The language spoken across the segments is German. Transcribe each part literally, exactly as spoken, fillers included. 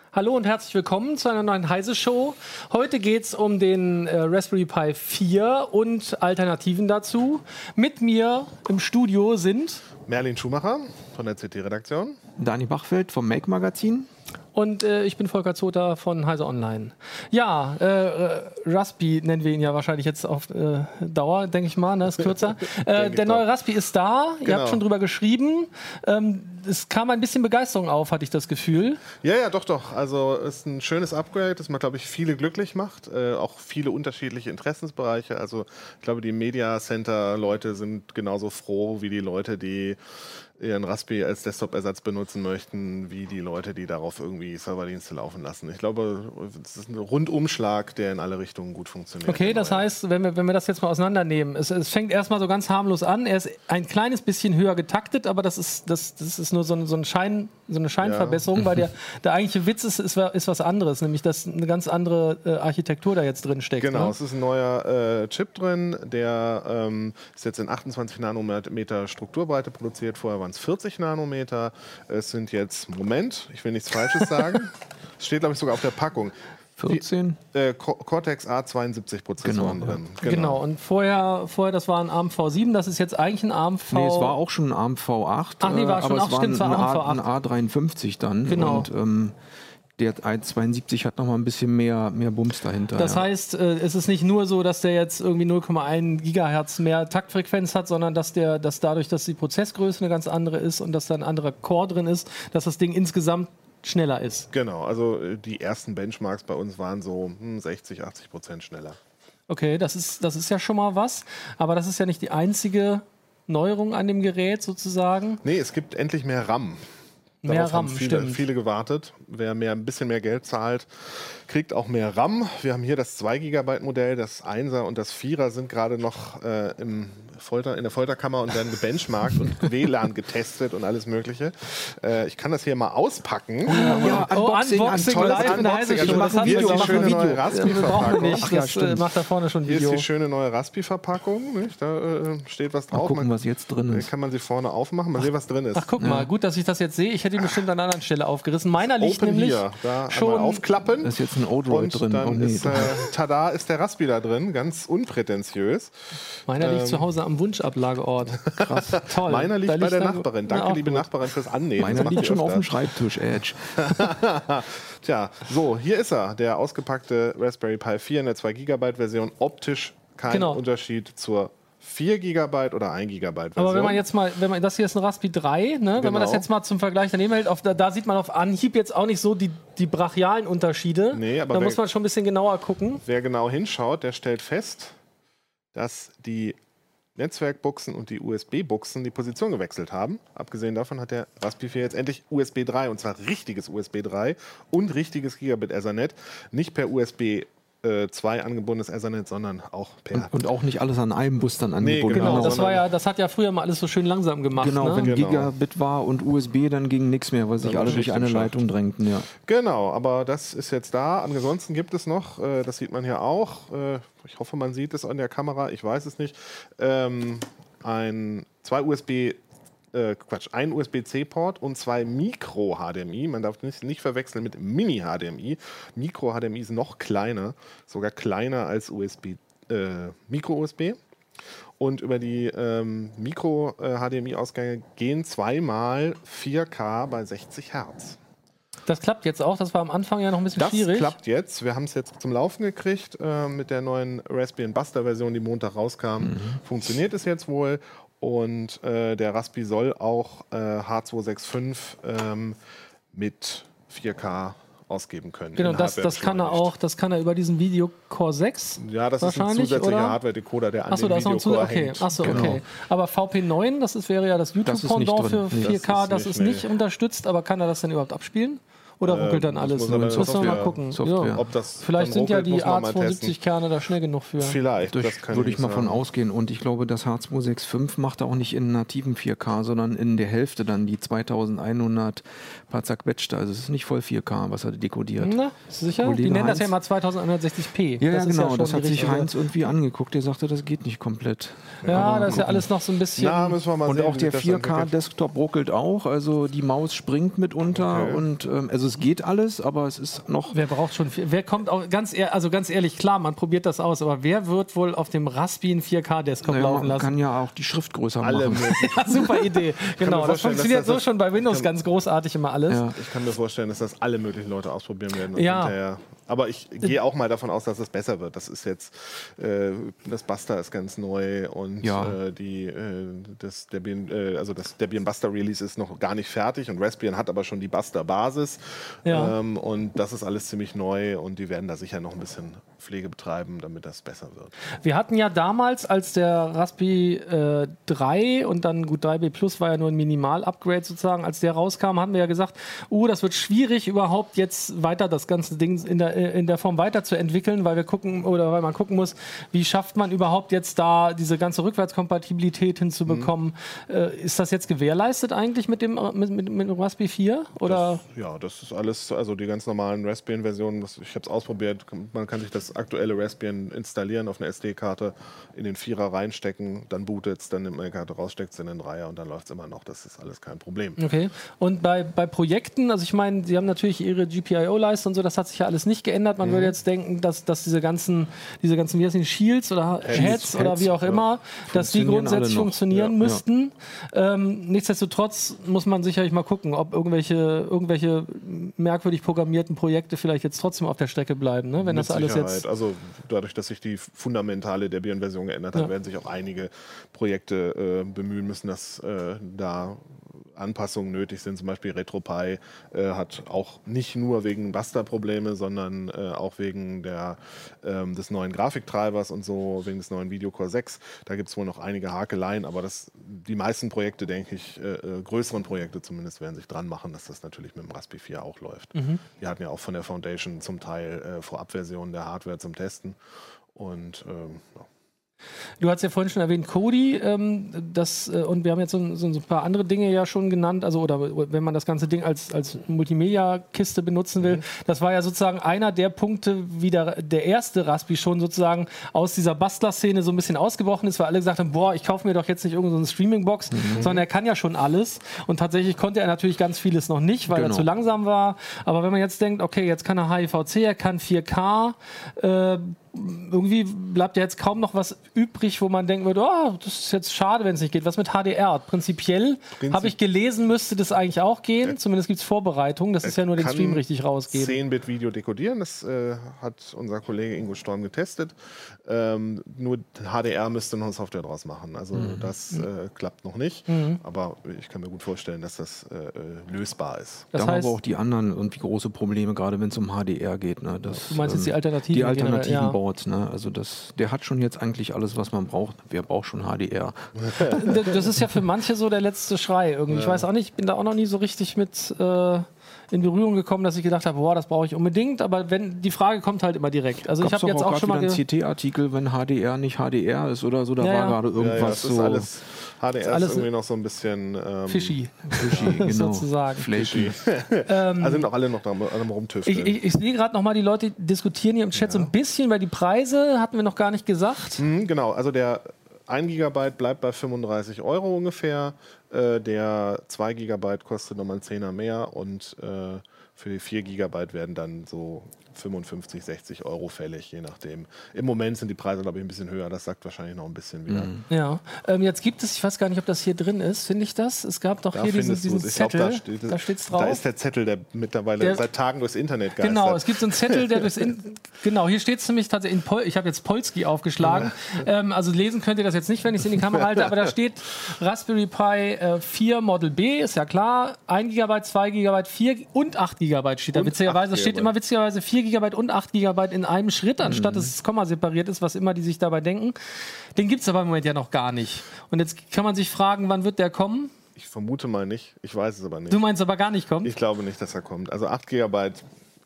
Hallo und herzlich willkommen zu einer neuen Heise-Show. Heute geht es um den äh, Raspberry Pi vier und Alternativen dazu. Mit mir im Studio sind Merlin Schumacher von der C T-Redaktion, Dani Bachfeld vom Make-Magazin. Und äh, ich bin Volker Zother von Heise Online. Ja, äh, Raspi nennen wir ihn ja wahrscheinlich jetzt auf äh, Dauer, denke ich mal, ne? Ist kürzer. äh, der neue Raspi ist da, genau. Ihr habt schon drüber geschrieben. Ähm, es kam ein bisschen Begeisterung auf, hatte ich das Gefühl. Ja, ja, doch, doch. Also es ist ein schönes Upgrade, das man, glaube ich, viele glücklich macht. Äh, auch viele unterschiedliche Interessensbereiche. Also ich glaube, die Media Center-Leute sind genauso froh wie die Leute, die ihren Raspi als Desktop-Ersatz benutzen möchten, wie die Leute, die darauf irgendwie Serverdienste laufen lassen. Ich glaube, es ist ein Rundumschlag, der in alle Richtungen gut funktioniert. Okay, das heißt, wenn wir, wenn wir das jetzt mal auseinandernehmen, es, es fängt erstmal so ganz harmlos an. Er ist ein kleines bisschen höher getaktet, aber das ist, das, das ist nur so, ein, so, ein Schein, so eine Scheinverbesserung, ja. Weil der, der eigentliche Witz ist, ist, ist was anderes, nämlich dass eine ganz andere äh, Architektur da jetzt drin steckt. Genau, ne? Es ist ein neuer äh, Chip drin, der ähm, ist jetzt in achtundzwanzig Nanometer Strukturbreite produziert. Vorher waren es vierzig Nanometer. Es sind jetzt, Moment, ich will nichts Falsches sagen. Es steht, glaube ich, sogar auf der Packung. vierzehn? Die, äh, Cortex A zweiundsiebzig Prozessoren genau, drin. Genau. genau, und vorher, vorher, das war ein ARM V sieben, das ist jetzt eigentlich ein ARM V... Nee, es war auch schon ein ARM V acht. Ach nee, war schon, aber auch, es war stimmt, ein, war ARM V acht. ein A dreiundfünfzig dann. Genau. Und ähm, der A zweiundsiebzig hat noch mal ein bisschen mehr, mehr Bums dahinter. Das ja. heißt, äh, es ist nicht nur so, dass der jetzt irgendwie null Komma eins Gigahertz mehr Taktfrequenz hat, sondern dass der, dass dadurch, dass die Prozessgröße eine ganz andere ist und dass da ein anderer Core drin ist, dass das Ding insgesamt schneller ist. Genau, also die ersten Benchmarks bei uns waren so hm, sechzig, achtzig Prozent schneller. Okay, das ist, das ist ja schon mal was, aber das ist ja nicht die einzige Neuerung an dem Gerät sozusagen. Nee, es gibt endlich mehr RAM. Mehr Darauf RAM, haben viele, stimmt. viele gewartet. Wer mehr, ein bisschen mehr Geld zahlt, kriegt auch mehr RAM. Wir haben hier das zwei Gigabyte Modell, das Einser und das Vierer sind gerade noch äh, im Folter, in der Folterkammer und werden gebenchmarkt und W L A N getestet und alles Mögliche. Äh, ich kann das hier mal auspacken. Oh, ja, oh, Unboxing, Unboxing, ein live in der Heise Also, Show. das hat hier die schöne neue wir brauchen Raspi-Verpackung. nicht, das ja, äh, macht da vorne schon ein Hier Video. ist die schöne neue Raspi-Verpackung. Nicht? Da äh, steht was drauf. Mal gucken, man, was jetzt drin ist. Kann man sie vorne aufmachen, mal sehen, was drin ist. Ach, guck mal, gut, dass ich das jetzt sehe. Ich hätte ihn bestimmt an einer anderen Stelle aufgerissen. Meiner liegt Open nämlich hier. Da schon einmal aufklappen. Da ist jetzt ein Odroid und drin. dann Oh, nee. ist, äh, tada, ist der Raspi da drin. Ganz unprätentiös. Meiner Ähm, liegt zu Hause am Wunschablageort. Krass, toll. Meiner liegt Da bei der da- Nachbarin. Na, Danke, auch liebe gut. Nachbarin, fürs Annehmen. Meiner Das macht liegt ihr schon auf öfter. dem Schreibtisch, Edge. Tja, so, hier ist er. Der ausgepackte Raspberry Pi vier in der zwei Gigabyte Version. Optisch kein Genau. Unterschied zur vier Gigabyte oder ein Gigabyte Version. Aber wenn man jetzt mal, wenn man, das hier ist ein Raspi drei, ne? Wenn man das Genau. jetzt mal zum Vergleich daneben hält, auf, da, da sieht man auf Anhieb jetzt auch nicht so die, die brachialen Unterschiede. Nee, aber da wer- muss man schon ein bisschen genauer gucken. Wer genau hinschaut, der stellt fest, dass die Netzwerkbuchsen und die U S B-Buchsen die Position gewechselt haben. Abgesehen davon hat der Raspi vier jetzt endlich U S B drei, und zwar richtiges U S B drei und richtiges Gigabit Ethernet. Nicht per U S B zwei angebundenes Ethernet, sondern auch per... Und, und auch nicht alles an einem Bus dann angebunden. genau, Genau, das sondern- war ja, das hat ja früher mal alles so schön langsam gemacht. Genau, ne? wenn Genau. Gigabit war und U S B, dann ging nichts mehr, weil sich Dann alle war durch Schicht eine im Schacht. Leitung drängten. Ja. Genau, aber das ist jetzt da. Ansonsten gibt es noch, äh, das sieht man hier auch, äh, ich hoffe, man sieht es an der Kamera, ich weiß es nicht, ähm, ein, zwei U S B, äh, Quatsch, ein U S B C Port und zwei Micro-H D M I. Man darf nicht, nicht verwechseln mit Mini-H D M I. Micro-H D M I ist noch kleiner, sogar kleiner als U S B, äh, Micro-U S B. Und über die ähm, Micro-H D M I-Ausgänge gehen zweimal vier K bei sechzig Hertz. Das klappt jetzt auch, das war am Anfang ja noch ein bisschen Das schwierig. klappt jetzt. Wir haben es jetzt zum Laufen gekriegt äh, mit der neuen Raspbian Buster-Version, die Montag rauskam. Mhm. Funktioniert es jetzt wohl. Und äh, der Raspi soll auch äh, H zweihundertfünfundsechzig ähm, mit vier K ausgeben können. Genau, in das, das kann er Hardware-beschleunigt. auch, das kann er über diesen Video Core sechs. Ja, das ist ein wahrscheinlich, zusätzlicher oder? Hardware-Decoder, der an Achso, dem da ist noch ein Videocore Zusätzlicher. Okay, hängt. achso, Genau. okay. Aber V P neun, das ist, wäre ja das Das ist nicht YouTube-Pendant für drin. Nee, vier K, das das ist ist nicht, nicht- unterstützt, aber kann er das denn überhaupt abspielen? Oder Äh, ruckelt dann das alles? muss er dann Müssen wir Software- mal gucken. Software. Ja. Ob das Vielleicht dann sind ja ruckelt, die muss man A mal zweiundsiebzig-Kerne da schnell genug für. Vielleicht, Das das kann würde ich mal von sagen. ausgehen. Und ich glaube, das H zweihundertfünfundsechzig macht auch nicht in nativen vier K, sondern in der Hälfte dann die zweitausendeinhundert paar zerquetschte. Also es ist nicht voll vier K, was er dekodiert. Na, sicher? Kollege Die nennen das Heinz? ja immer zweitausendeinhundertsechzig p. Ja, ja, das ist genau. schon das die hat sich richtige. Heinz irgendwie angeguckt. Der sagte, das geht nicht komplett. Ja, Aber das ist ja gucken. alles noch so ein bisschen. Na, müssen wir mal Und sehen, auch wie der sich das vier entwickelt. K-Desktop ruckelt auch. Also die Maus springt mitunter. Okay. Und ähm, also es geht alles, aber es ist noch... Wer braucht schon viel? Wer kommt auch, ganz ehrlich, also ganz ehrlich, klar, man probiert das aus, aber wer wird wohl auf dem Raspi einen vier K-Desktop naja, laufen lassen? Man kann ja auch die Schrift größer Alle machen. Ja, super Idee. Genau, das funktioniert so schon bei Windows ganz großartig immer alles. Ja. Ich kann mir vorstellen, dass das alle möglichen Leute ausprobieren werden. Und ja. hinterher. Aber ich gehe auch mal davon aus, dass es besser wird. Das ist jetzt, äh, das Buster ist ganz neu und ja. äh, die, äh, das Debian, äh, also das Debian Buster Release ist noch gar nicht fertig und Raspbian hat aber schon die Buster Basis. Ja. Ähm, und das ist alles ziemlich neu und die werden da sicher noch ein bisschen Pflege betreiben, damit das besser wird. Wir hatten ja damals, als der Raspi äh, drei und dann gut drei B Plus war ja nur ein Minimal-Upgrade sozusagen, als der rauskam, haben wir ja gesagt, uh, das wird schwierig überhaupt jetzt weiter das ganze Ding in der, in der Form weiterzuentwickeln, weil wir gucken oder weil man gucken muss, wie schafft man überhaupt jetzt da diese ganze Rückwärtskompatibilität hinzubekommen. Mhm. Äh, ist das jetzt gewährleistet eigentlich mit dem, mit, mit, mit dem Raspi vier? Oder? Das, ja, das ist alles, also die ganz normalen Raspbian-Versionen, ich habe es ausprobiert, man kann sich das aktuelle Raspbian installieren auf eine S D-Karte, in den Vierer reinstecken, dann bootet es, dann nimmt man die Karte raus, steckt es in den Dreier und dann läuft es immer noch. Das ist alles kein Problem. Okay. Und bei, bei Projekten, also ich meine, Sie haben natürlich Ihre G P I O-Leiste und so, das hat sich ja alles nicht geändert. Man mhm. würde jetzt denken, dass, dass diese ganzen, diese ganzen, wie heißt die, Shields oder Heads, Heads oder wie auch immer, ja. dass die grundsätzlich funktionieren ja, müssten. Ja. Ähm, nichtsdestotrotz muss man sicherlich mal gucken, ob irgendwelche, irgendwelche merkwürdig programmierten Projekte vielleicht jetzt trotzdem auf der Strecke bleiben, ne? Wenn Mit das alles Sicherheit. jetzt... Also dadurch, dass sich die fundamentale Debian-Version geändert hat, ja. werden sich auch einige Projekte äh, bemühen müssen, dass äh, da Anpassungen nötig sind. Zum Beispiel RetroPie äh, hat auch nicht nur wegen Buster-Probleme, sondern äh, auch wegen der, ähm, des neuen Grafiktreibers und so, wegen des neuen Videocore sechs. Da gibt es wohl noch einige Hakeleien, aber das, die meisten Projekte, denke ich, äh, äh, größeren Projekte zumindest, werden sich dran machen, dass das natürlich mit dem Raspi vier auch läuft. Mhm. Wir hatten ja auch von der Foundation zum Teil äh, Vorabversionen der Hardware zum Testen und ähm, ja. Du hast ja vorhin schon erwähnt, Kodi, ähm, das, äh, und wir haben jetzt so, so ein paar andere Dinge ja schon genannt, also oder wenn man das ganze Ding als, als Multimedia-Kiste benutzen will, mhm. das war ja sozusagen einer der Punkte, wie der, der erste Raspi schon sozusagen aus dieser Bastler-Szene so ein bisschen ausgebrochen ist, weil alle gesagt haben, boah, ich kaufe mir doch jetzt nicht irgendeine so Streaming-Box, mhm. sondern er kann ja schon alles und tatsächlich konnte er natürlich ganz vieles noch nicht, weil genau. er zu langsam war, aber wenn man jetzt denkt, okay, jetzt kann er H E V C, er kann vier K, äh, irgendwie bleibt ja jetzt kaum noch was übrig, wo man denken würde, oh, das ist jetzt schade, wenn es nicht geht. Was mit H D R? Prinzipiell Prinzip habe ich gelesen, müsste das eigentlich auch gehen. Äh, Zumindest gibt es Vorbereitungen. Das ist ja nur den Stream richtig rausgeben. zehn Bit Video dekodieren, das äh, hat unser Kollege Ingo Storm getestet. Ähm, nur H D R müsste noch eine Software draus machen. Also mhm. das äh, klappt noch nicht. Mhm. Aber ich kann mir gut vorstellen, dass das äh, lösbar ist. Das da haben aber auch die anderen irgendwie große Probleme, gerade wenn es um H D R geht. Ne? Das, du meinst jetzt die Alternativen? Die Alternativen ja. Boards. Ne? Also das, der hat schon jetzt eigentlich alles, was man braucht. Wer braucht schon H D R? Das ist ja für manche so der letzte Schrei. Irgendwie. Ja. Ich weiß auch nicht, ich bin da auch noch nie so richtig mit äh, in Berührung gekommen, dass ich gedacht habe, boah, das brauche ich unbedingt. Aber wenn die Frage kommt halt immer direkt. Also Gab's ich habe jetzt auch, auch schon mal einen C T-Artikel, wenn H D R nicht H D R ist oder so, da ja, war ja. gerade irgendwas ja, ja, das so. Ist alles H D R ist, alles irgendwie noch so ein bisschen ähm, fishy. Fishy, genau. sozusagen. Flashy. ähm, also sind auch alle noch da am rumtüfteln. Ich, ich, ich sehe gerade noch mal, die Leute diskutieren hier im Chat ja. so ein bisschen, weil die Preise hatten wir noch gar nicht gesagt. Mhm, genau, also der ein Gigabyte bleibt bei fünfunddreißig Euro ungefähr. Äh, der zwei Gigabyte kostet nochmal einen Zehner mehr und äh, für die vier Gigabyte werden dann so fünfundfünfzig, sechzig Euro fällig, je nachdem. Im Moment sind die Preise, glaube ich, ein bisschen höher. Das sagt wahrscheinlich noch ein bisschen wieder. Mhm. Ja, ähm, jetzt gibt es, ich weiß gar nicht, ob das hier drin ist, finde ich das? Es gab doch da hier diesen, diesen Zettel, glaub, da, steht, da steht's drauf. Da ist der Zettel, der mittlerweile der, seit Tagen durchs Internet geistert. Genau, es gibt so einen Zettel, der durchs In genau, hier steht es nämlich tatsächlich in Pol ich habe jetzt Polski aufgeschlagen. Ja. Ähm, also lesen könnt ihr das jetzt nicht, wenn ich es in die Kamera halte, aber da steht Raspberry Pi äh, vier Model B, ist ja klar, ein Gigabyte, zwei Gigabyte, vier und acht Gigabyte steht da. Witzigerweise steht immer witzigerweise vier Gigabyte und acht Gigabyte in einem Schritt, anstatt mhm. dass es Komma separiert ist, was immer die sich dabei denken. Den gibt es aber im Moment ja noch gar nicht. Und jetzt kann man sich fragen, wann wird der kommen? Ich vermute mal nicht. Ich weiß es aber nicht. Du meinst aber gar nicht kommt? Ich glaube nicht, dass er kommt. Also acht Gigabyte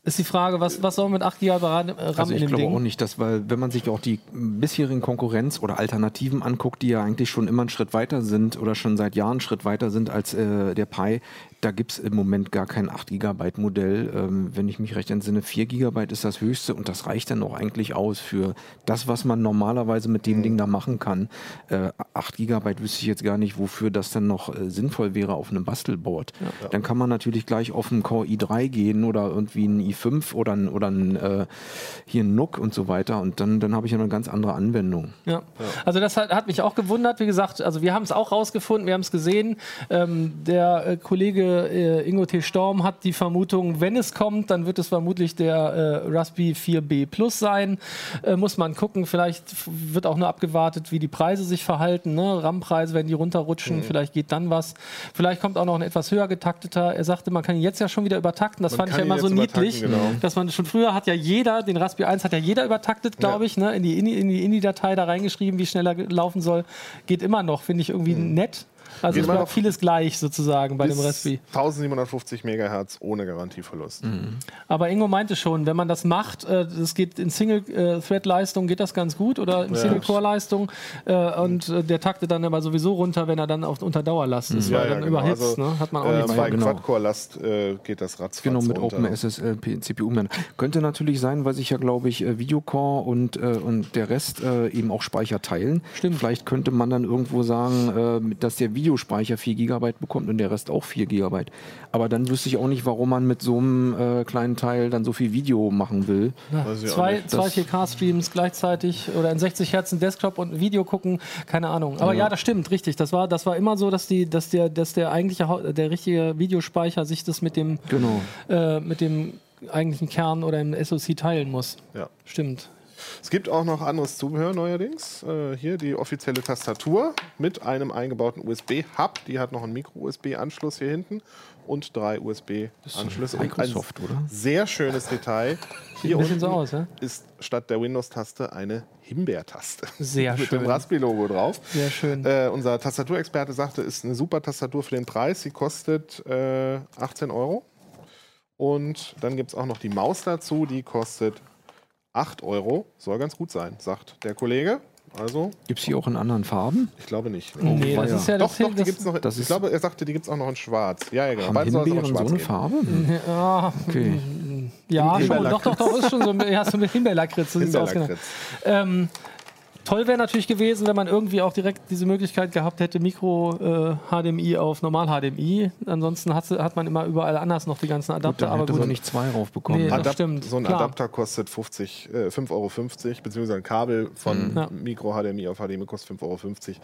Ist die Frage, was, was soll man mit acht Gigabyte RAM also in dem ich glaube Ding? auch nicht, dass, weil wenn man sich auch die bisherigen Konkurrenz oder Alternativen anguckt, die ja eigentlich schon immer einen Schritt weiter sind oder schon seit Jahren einen Schritt weiter sind als äh, der Pi, da gibt es im Moment gar kein acht Gigabyte Modell. Ähm, wenn ich mich recht entsinne, vier Gigabyte ist das höchste und das reicht dann auch eigentlich aus für das, was man normalerweise mit dem mhm. Ding da machen kann. Äh, acht Gigabyte wüsste ich jetzt gar nicht, wofür das dann noch äh, sinnvoll wäre auf einem Bastelboard. Ja. Dann kann man natürlich gleich auf einen Core i drei gehen oder irgendwie einen i fünf oder ein, oder ein, äh, hier ein N U C und so weiter und dann, dann habe ich ja eine ganz andere Anwendung. Ja. Ja. Also das hat, hat mich auch gewundert, wie gesagt, also wir haben es auch rausgefunden, wir haben es gesehen, ähm, der äh, Kollege äh, Ingo T. Storm hat die Vermutung, wenn es kommt, dann wird es vermutlich der äh, Raspberry vier B Plus sein, äh, muss man gucken, vielleicht wird auch nur abgewartet, wie die Preise sich verhalten, ne? RAM-Preise, wenn die runterrutschen, mhm. vielleicht geht dann was, vielleicht kommt auch noch ein etwas höher getakteter, er sagte, man kann ihn jetzt ja schon wieder übertakten, das man fand ich ja immer so niedlich, genau. dass man schon früher hat ja jeder, den Raspberry eins hat ja jeder übertaktet, glaube ja. ich, ne? in die in die in die Datei da reingeschrieben, wie schnell er laufen soll, geht immer noch, finde ich irgendwie mhm. nett. Also es bleibt vieles gleich sozusagen bei dem Raspberry. eintausendsiebenhundertfünfzig Megahertz ohne Garantieverlust. Mhm. Aber Ingo meinte schon, wenn man das macht, äh, das geht in Single-Thread-Leistung geht das ganz gut oder in ja. Single-Core-Leistung äh, und äh, der taktet dann aber sowieso runter, wenn er dann auf unter Dauerlast ist, mhm. weil ja, dann ja, genau. überhitzt, also, ne? Hat man auch äh, nicht bei genau. Quad-Core-Last äh, geht das ratzfatz Genau, mit runter. OpenSSL C P U. Könnte natürlich sein, weil sich ja, glaube ich, Videocore und, äh, und der Rest äh, eben auch Speicher teilen. Stimmt. Vielleicht könnte man dann irgendwo sagen, äh, dass der Videospeicher vier Gigabyte bekommt und der Rest auch vier Gigabyte. Aber dann wüsste ich auch nicht, warum man mit so einem äh, kleinen Teil dann so viel Video machen will. Ja, zwei, zwei vier K-Streams gleichzeitig oder in sechzig Hertz Desktop und Video gucken, keine Ahnung. Aber ja, ja das stimmt, richtig. Das war, das war immer so, dass, die, dass, der, dass der eigentliche, der richtige Videospeicher sich das mit dem, genau. äh, mit dem eigentlichen Kern oder im S O C teilen muss. Ja. Stimmt. Es gibt auch noch anderes Zubehör neuerdings. Äh, hier die offizielle Tastatur mit einem eingebauten U S B-Hub. Die hat noch einen Micro-U S B-Anschluss hier hinten und drei U S B-Anschlüsse. Microsoft, ein oder? Sehr schönes Detail. Hier unten so aus, ja? ist statt der Windows-Taste eine Himbeer-Taste. Sehr mit schön. dem Raspberry-Logo drauf. Sehr schön. Äh, unser Tastaturexperte sagte, ist eine super Tastatur für den Preis. Sie kostet äh, achtzehn Euro. Und dann gibt es auch noch die Maus dazu. Die kostet acht Euro, soll ganz gut sein, sagt der Kollege. Also gibt es die auch in anderen Farben? Ich glaube nicht. Oh, nee, das ist ja doch, das doch, die gibt's noch. Das ich glaube, er sagte, die gibt es auch noch in Schwarz. Ja, ja, genau. Haben Himbeeren so eine geben. Farbe? Ja, okay. Ja, schon. Doch, doch, doch, ist schon so. Ja, so mit Himbeerlakritz. Himbeerlakritz. Ähm, toll wäre natürlich gewesen, wenn man irgendwie auch direkt diese Möglichkeit gehabt hätte, Micro-H D M I auf Normal-H D M I. Ansonsten hat, hat man immer überall anders noch die ganzen Adapter. Gut, aber gut, man nicht zwei raufbekommen. Nee, das Adap stimmt. So ein Klar. Adapter kostet fünfzig, äh, fünf Euro fünfzig, beziehungsweise ein Kabel von Mhm. Ja. Micro-H D M I auf H D M I kostet fünf Euro fünfzig.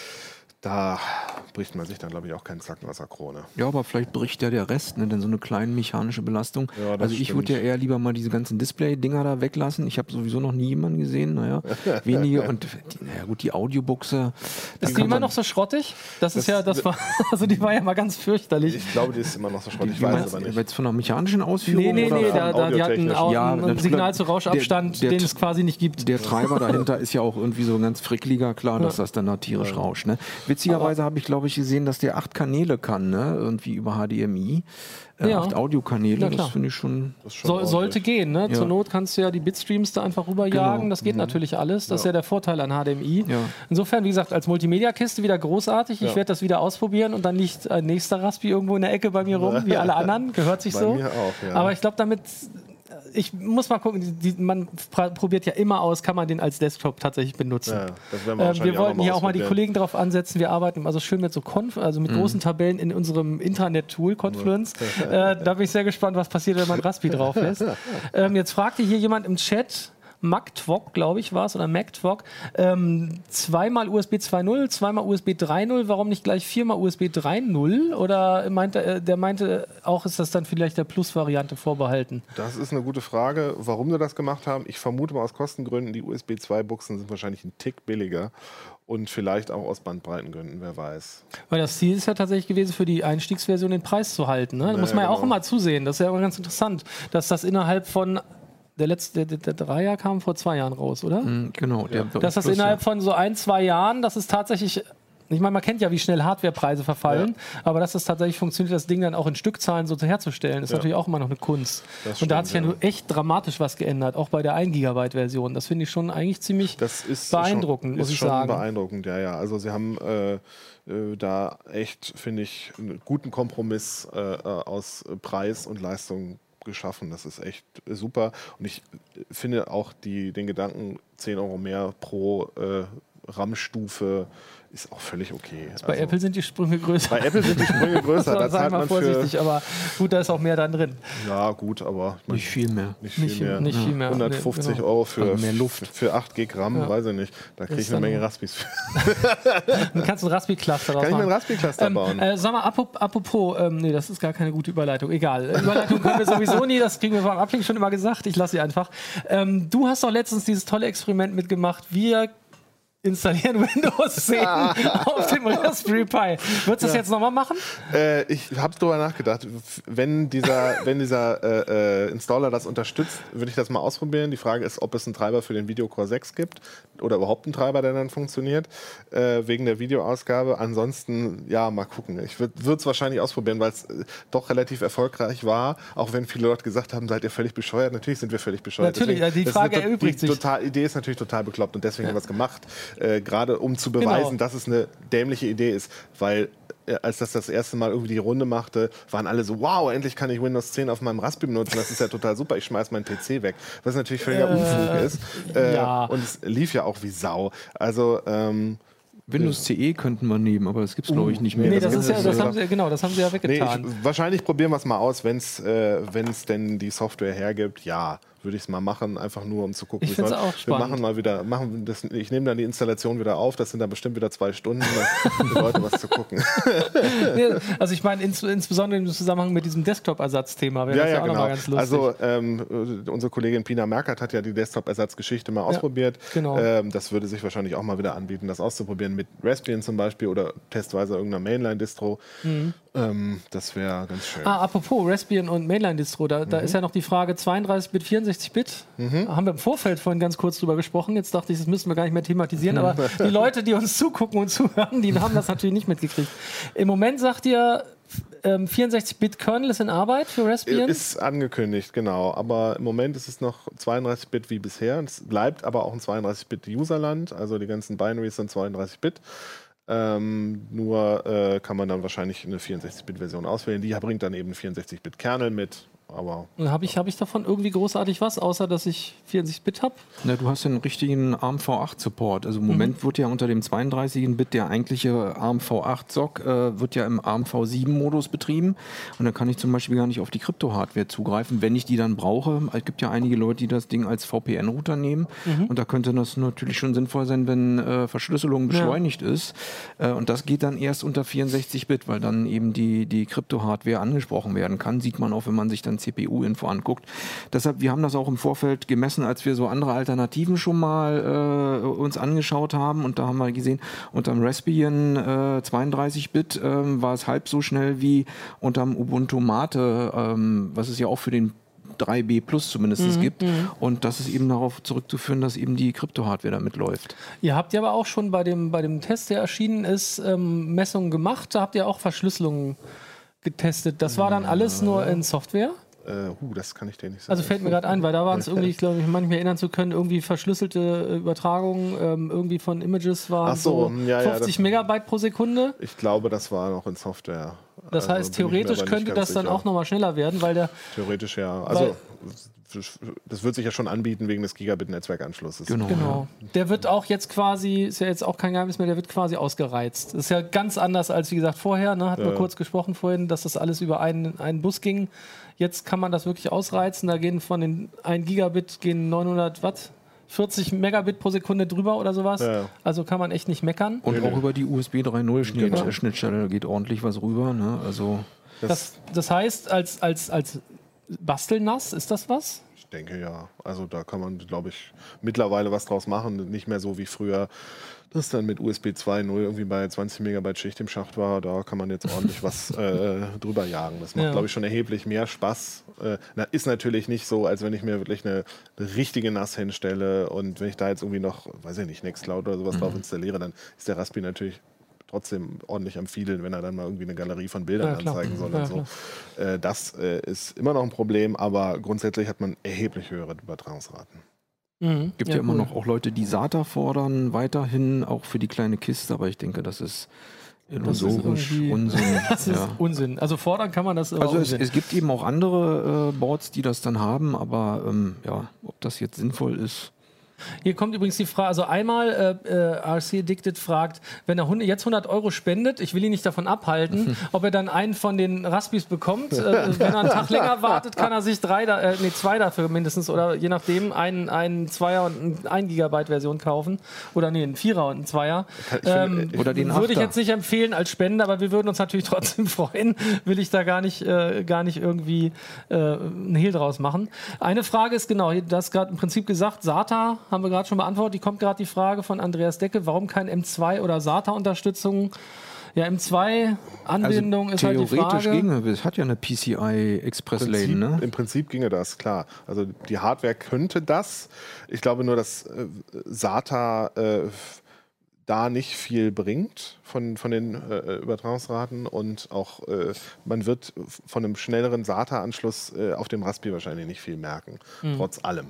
Da bricht man sich dann, glaube ich, auch keinen Zacken aus der Krone. Ja, aber vielleicht bricht ja der Rest, ne? Denn so eine kleine mechanische Belastung. Ja, das also ich stimmt. würde ja eher lieber mal diese ganzen Display-Dinger da weglassen. Ich habe sowieso noch nie jemanden gesehen. Naja, wenige. Und die, naja, gut, die Audiobuchse. Ist die immer noch so schrottig? Das, das ist ja, das war, also die war ja mal ganz fürchterlich. Ich glaube, die ist immer noch so schrottig. Ich Wie weiß meinst, es aber nicht. Jetzt von einer mechanischen Ausführung? Nee, nee, oder? nee, da, da, die hatten auch Ja, einen natürlich. Signal zu Rauschabstand, Der- der- den es quasi nicht gibt. Der Treiber dahinter ist ja auch irgendwie so ganz frickliger, klar, dass Ja. das dann da tierisch rauscht. Ne? Witzigerweise habe ich, glaube ich, gesehen, dass der acht Kanäle kann, ne? Irgendwie über H D M I. Äh, Ja. acht Audiokanäle, Ja, das klar. finde ich schon. Das ist schon So, ordentlich. sollte gehen, ne? Ja. Zur Not kannst du ja die Bitstreams da einfach rüberjagen. Genau. Das geht Mhm. natürlich alles. Das ist Ja. ja der Vorteil an H D M I. Ja. Insofern, wie gesagt, als Multimedia-Kiste wieder großartig. Ich Ja. werde das wieder ausprobieren und dann liegt ein nächster Raspi irgendwo in der Ecke bei mir rum, wie alle anderen. Gehört sich Bei so. mir auch, ja. Aber ich glaube, damit. Ich muss mal gucken, die, die, man pra- probiert ja immer aus, kann man den als Desktop tatsächlich benutzen. Ja, das werden Ähm, wahrscheinlich wir wollten noch hier auch mal die ausprobieren. Kollegen darauf ansetzen. Wir arbeiten also schön mit so Konf also mit großen Tabellen in unserem Internet-Tool Confluence. Äh, da bin ich sehr gespannt, was passiert, wenn man Raspi drauf lässt. Ähm, jetzt fragte hier jemand im Chat, MacTwok, glaube ich, war es, oder MacTwok, ähm, zweimal U S B zwei Punkt null, zweimal U S B drei Punkt null, warum nicht gleich viermal U S B drei Punkt null? Oder meinte, äh, der meinte auch, ist das dann vielleicht der Plus-Variante vorbehalten? Das ist eine gute Frage, warum sie das gemacht haben. Ich vermute mal aus Kostengründen, die U S B zwei Buchsen sind wahrscheinlich ein Tick billiger. Und vielleicht auch aus Bandbreitengründen, wer weiß. Weil das Ziel ist ja tatsächlich gewesen, für die Einstiegsversion den Preis zu halten. Ne? Da muss man ja genau. auch immer zusehen. Das ist ja immer ganz interessant, dass das innerhalb von der letzte, der, der Dreier kam vor zwei Jahren raus, oder? Mhm, genau. Der Dass das Plus, innerhalb von so ein, zwei Jahren, dass es tatsächlich Ich meine, man kennt ja, wie schnell Hardwarepreise verfallen, ja. aber dass das tatsächlich funktioniert, das Ding dann auch in Stückzahlen so herzustellen, ist ja. natürlich auch immer noch eine Kunst. Das und stimmt, da hat sich ja, ja nur echt dramatisch was geändert, auch bei der ein Gigabyte Version. Das finde ich schon eigentlich ziemlich das ist beeindruckend, schon, muss ist ich schon sagen. Beeindruckend, ja, ja. Also sie haben äh, äh, da echt, finde ich, einen guten Kompromiss äh, aus Preis und Leistung geschaffen. Das ist echt super. Und ich finde auch die, den Gedanken, zehn Euro mehr pro äh, RAM-Stufe ist auch völlig okay. Also bei also, Apple sind die Sprünge größer. Bei Apple sind die Sprünge größer. Das zahlt man vorsichtig, für, aber gut, da ist auch mehr dann drin. Ja, gut, aber ich mein, nicht viel mehr. Nicht viel nicht, mehr. Nicht viel mehr. hundertfünfzig nee, genau. Euro für, also mehr Luft. für acht Gig RAM, ja. weiß ich nicht. Da kriege ich eine Menge Raspis für. Dann kannst du einen Raspi-Cluster draus machen. Kann ich mir einen Raspi-Cluster ähm, bauen? Äh, sag mal, apropos, apropos ähm, nee, das ist gar keine gute Überleitung. Egal. Überleitung können wir sowieso nie, das kriegen wir beim Uplink schon immer gesagt. Ich lasse sie einfach. Ähm, du hast doch letztens dieses tolle Experiment mitgemacht. Wir installieren Windows zehn auf dem Raspberry Pi. Würdest du das ja. jetzt nochmal machen? Äh, ich habe darüber nachgedacht. Wenn dieser, wenn dieser äh, äh, Installer das unterstützt, würde ich das mal ausprobieren. Die Frage ist, ob es einen Treiber für den Videocore sechs gibt oder überhaupt einen Treiber, der dann funktioniert, äh, wegen der Videoausgabe. Ansonsten, ja, mal gucken. Ich würde es wahrscheinlich ausprobieren, weil es äh, doch relativ erfolgreich war, auch wenn viele Leute gesagt haben, seid ihr völlig bescheuert. Natürlich sind wir völlig bescheuert. Natürlich, deswegen, die Frage erübrigt die sich. Die Idee ist natürlich total bekloppt und deswegen ja. haben wir es gemacht. Äh, gerade um zu beweisen, genau. dass es eine dämliche Idee ist, weil äh, als das das erste Mal irgendwie die Runde machte, waren alle so, wow, endlich kann ich Windows zehn auf meinem Raspberry benutzen, das ist ja total super, ich schmeiß meinen P C weg, was natürlich völliger äh, Unfug ist äh, ja. und es lief ja auch wie Sau. Also ähm, Windows C E könnten wir nehmen, aber das gibt es, glaube ich, nicht mehr. Nee, das, das, ist ja, das, haben sie, genau, das haben sie ja weggetan. Nee, ich, wahrscheinlich probieren wir es mal aus, wenn es äh, denn die Software hergibt, ja. Würde ich es mal machen, einfach nur um zu gucken. Ich finde es auch spannend. Wir machen mal wieder, machen das, ich nehme dann die Installation wieder auf, das sind dann bestimmt wieder zwei Stunden, für Leute was zu gucken. Nee, also ich meine, ins, insbesondere im Zusammenhang mit diesem Desktop-Ersatzthema wäre ja, das ja, ja auch genau. nochmal ganz lustig. Also ähm, unsere Kollegin Pina Merkert hat ja die Desktop-Ersatzgeschichte mal ja, ausprobiert. Genau. Ähm, das würde sich wahrscheinlich auch mal wieder anbieten, das auszuprobieren mit Raspbian zum Beispiel oder testweise irgendeiner Mainline-Distro. Mhm. Ähm, das wäre ganz schön. Ah, apropos Raspbian und Mainline-Distro, da, da mhm. ist ja noch die Frage zweiunddreißig Bit, vierundsechzig Bit. Mhm. Haben wir im Vorfeld vorhin ganz kurz drüber gesprochen. Jetzt dachte ich, das müssen wir gar nicht mehr thematisieren. Aber die Leute, die uns zugucken und zuhören, die haben das natürlich nicht mitgekriegt. Im Moment sagt ihr, ähm, vierundsechzig Bit Kernel ist in Arbeit für Raspbian? Ist angekündigt, genau. Aber im Moment ist es noch zweiunddreißig Bit wie bisher. Es bleibt aber auch ein zweiunddreißig Bit Userland. Also die ganzen Binaries sind zweiunddreißig Bit. Ähm, nur äh, kann man dann wahrscheinlich eine vierundsechzig Bit Version auswählen. Die bringt dann eben vierundsechzig Bit Kernel mit. Aber habe ich, hab ich davon irgendwie großartig was, außer dass ich vierundsechzig Bit habe? Na, du hast ja einen richtigen ARM V acht Support. Also im Moment mhm. wird ja unter dem zweiunddreißig Bit der eigentliche ARM V acht S O C äh, wird ja im ARM V sieben Modus betrieben. Und dann kann ich zum Beispiel gar nicht auf die Krypto-Hardware zugreifen, wenn ich die dann brauche. Es gibt ja einige Leute, die das Ding als V P N-Router nehmen. Mhm. Und da könnte das natürlich schon sinnvoll sein, wenn äh, Verschlüsselung beschleunigt ja. ist. Äh, und das geht dann erst unter vierundsechzig Bit, weil dann eben die, die Krypto-Hardware angesprochen werden kann. Sieht man auch, wenn man sich dann C P U-Info anguckt. Deshalb, wir haben das auch im Vorfeld gemessen, als wir so andere Alternativen schon mal äh, uns angeschaut haben. Und da haben wir gesehen, unter dem Raspbian äh, zweiunddreißig Bit äh, war es halb so schnell wie unter dem Ubuntu Mate, ähm, was es ja auch für den drei B Plus zumindest mhm, gibt. Mhm. Und das ist eben darauf zurückzuführen, dass eben die Krypto-Hardware damit läuft. Ihr habt ja aber auch schon bei dem, bei dem Test, der erschienen ist, ähm, Messungen gemacht. Da habt ihr auch Verschlüsselungen getestet. Das war dann alles nur in Software? Uh, das kann ich dir nicht sagen. Also fällt mir gerade ein, weil da waren es irgendwie, ich glaube, ich manchmal erinnern zu können, irgendwie verschlüsselte Übertragungen ähm, irgendwie von Images waren so, so ja, fünfzig ja, Megabyte pro Sekunde. Ich glaube, das war noch in Software. Das heißt, also theoretisch könnte das sicher. dann auch nochmal schneller werden, weil der... Theoretisch, ja. Also das wird sich ja schon anbieten wegen des Gigabit-Netzwerkanschlusses. Genau. genau. Der wird auch jetzt quasi, ist ja jetzt auch kein Geheimnis mehr, der wird quasi ausgereizt. Das ist ja ganz anders als, wie gesagt, vorher, ne? Hatten ja. wir kurz gesprochen vorhin, dass das alles über einen, einen Bus ging. Jetzt kann man das wirklich ausreizen. Da gehen von den ein Gigabit gehen neunhundert Watt, vierzig Megabit pro Sekunde drüber oder sowas. Ja. Also kann man echt nicht meckern. Und nee, auch nee. über die U S B drei Punkt null Schnitt, Schnittstelle geht ordentlich was rüber. Ne? Also das, das, das heißt, als, als, als Bastelnass, ist das was? Ich denke ja. Also da kann man, glaube ich, mittlerweile was draus machen. Nicht mehr so wie früher, das dann mit U S B zwei Punkt null irgendwie bei zwanzig Megabyte Schicht im Schacht war. Da kann man jetzt ordentlich was äh, drüber jagen. Das macht, ja. glaube ich, schon erheblich mehr Spaß. Äh, na, ist natürlich nicht so, als wenn ich mir wirklich eine, eine richtige N A S hinstelle und wenn ich da jetzt irgendwie noch, weiß ich nicht, Nextcloud oder sowas mhm. drauf installiere, dann ist der Raspi natürlich trotzdem ordentlich am Fiedeln, wenn er dann mal irgendwie eine Galerie von Bildern ja, anzeigen soll ja, und so. Äh, das äh, ist immer noch ein Problem, aber grundsätzlich hat man erheblich höhere Übertragungsraten. Mhm. Gibt ja, ja immer cool. noch auch Leute, die SATA fordern, weiterhin, auch für die kleine Kiste, aber ich denke, das ist illusorisch, Unsinn. Das ist ja. Unsinn. Also fordern kann man das Also es, es gibt eben auch andere äh, Boards, die das dann haben, aber ähm, ja, ob das jetzt sinnvoll ist. Hier kommt übrigens die Frage, also einmal äh, äh, R C Addicted fragt, wenn er jetzt hundert Euro spendet, ich will ihn nicht davon abhalten, ob er dann einen von den Raspis bekommt. Äh, wenn er einen Tag länger wartet, kann er sich drei, da, äh, nee, zwei dafür mindestens oder je nachdem einen, einen Zweier und eine ein Gigabyte Version kaufen. Oder nee, einen Vierer und einen Zweier. Ähm, oder den Würde ich jetzt nicht empfehlen als Spender, aber wir würden uns natürlich trotzdem freuen. Will ich da gar nicht, äh, gar nicht irgendwie äh, einen Hehl draus machen. Eine Frage ist genau, du hast gerade im Prinzip gesagt, SATA haben wir gerade schon beantwortet. Die kommt gerade die Frage von Andreas Decke, warum kein M zwei oder SATA-Unterstützung? Ja, M zwei Anbindung also ist halt die Frage. Theoretisch ginge, es hat ja eine P C I Express Lane, ne? Im Prinzip ginge das, klar. Also die Hardware könnte das. Ich glaube nur, dass äh, SATA äh, da nicht viel bringt von, von den äh, Übertragungsraten und auch äh, man wird von einem schnelleren SATA-Anschluss äh, auf dem Raspi wahrscheinlich nicht viel merken, mhm. trotz allem.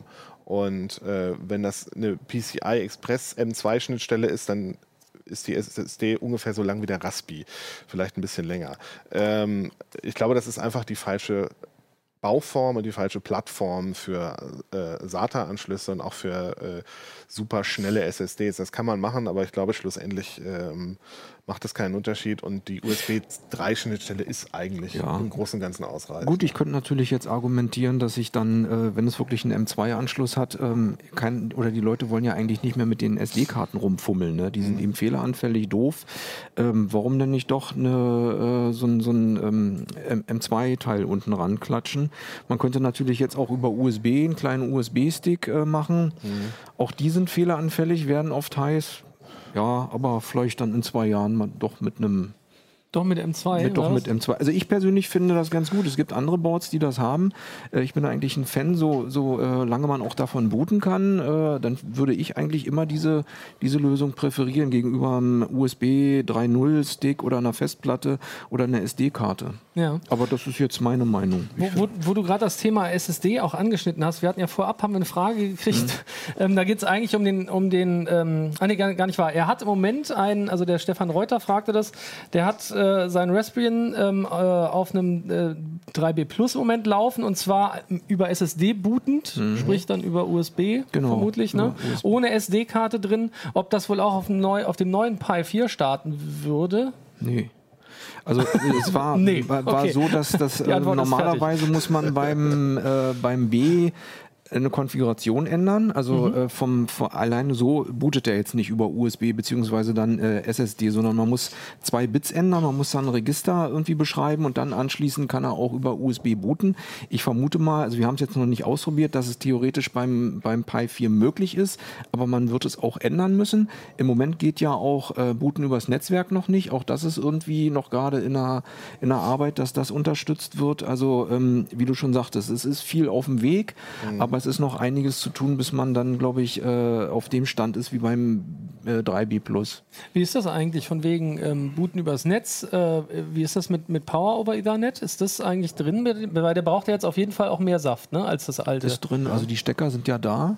Und äh, wenn das eine P C I Express M zwei Schnittstelle ist, dann ist die S S D ungefähr so lang wie der Raspi, vielleicht ein bisschen länger. Ähm, ich glaube, das ist einfach die falsche Bauform und die falsche Plattform für äh, SATA-Anschlüsse und auch für äh, super schnelle S S Ds. Das kann man machen, aber ich glaube, schlussendlich ähm, macht das keinen Unterschied und die U S B drei Schnittstelle ist eigentlich ja. im Großen und Ganzen ausreichend. Gut, ich könnte natürlich jetzt argumentieren, dass ich dann, äh, wenn es wirklich einen M zwei Anschluss hat, ähm, kein, oder die Leute wollen ja eigentlich nicht mehr mit den S D-Karten rumfummeln, ne? Die sind mhm. eben fehleranfällig, doof. Ähm, warum denn nicht doch eine, äh, so ein, so ein ähm, M zwei Teil unten ranklatschen? Man könnte natürlich jetzt auch über U S B einen kleinen U S B-Stick äh, machen. Mhm. Auch die sind fehleranfällig, werden oft heiß. Ja, aber vielleicht dann in zwei Jahren mal doch mit einem... Doch mit M zwei? Mit, doch mit M zwei. Also ich persönlich finde das ganz gut. Es gibt andere Boards, die das haben. Äh, ich bin eigentlich ein Fan, so, so äh, lange man auch davon booten kann, äh, dann würde ich eigentlich immer diese, diese Lösung präferieren gegenüber einem U S B drei Punkt null Stick oder einer Festplatte oder einer S D-Karte. Ja. Aber das ist jetzt meine Meinung. Wo, wo, wo du gerade das Thema S S D auch angeschnitten hast, wir hatten ja vorab haben wir eine Frage gekriegt. Mhm. Ähm, da geht es eigentlich um den, um den ähm, ah, nee, gar, gar nicht wahr. Er hat im Moment einen, also der Stefan Reuter fragte das, der hat äh, sein Raspbian ähm, äh, auf einem äh, drei B Plus im Moment laufen und zwar über S S D bootend, mhm. sprich dann über U S B genau. vermutlich, ne? Ja, U S B. Ohne S D-Karte drin. Ob das wohl auch auf dem, neu, auf dem neuen Pi vier starten würde? Nee. Also es war, nee, war, war okay. so, dass das äh, normalerweise muss man beim, äh, beim B eine Konfiguration ändern, also mhm. äh, vom, vom alleine so bootet er jetzt nicht über U S B beziehungsweise dann äh, S S D, sondern man muss zwei Bits ändern, man muss dann ein Register irgendwie beschreiben und dann anschließend kann er auch über U S B booten. Ich vermute mal, also wir haben es jetzt noch nicht ausprobiert, dass es theoretisch beim, beim Pi vier möglich ist, aber man wird es auch ändern müssen. Im Moment geht ja auch äh, Booten übers Netzwerk noch nicht, auch das ist irgendwie noch gerade in der, in der Arbeit, dass das unterstützt wird. Also ähm, wie du schon sagtest, es ist viel auf dem Weg, mhm. aber es ist noch einiges zu tun, bis man dann, glaube ich, äh, auf dem Stand ist wie beim äh, drei B Plus. Wie ist das eigentlich von wegen ähm, Booten übers Netz? Äh, wie ist das mit, mit Power over Ethernet? Ist das eigentlich drin? Weil der braucht ja jetzt auf jeden Fall auch mehr Saft, ne, als das alte. Das ist drin, also die Stecker sind ja da.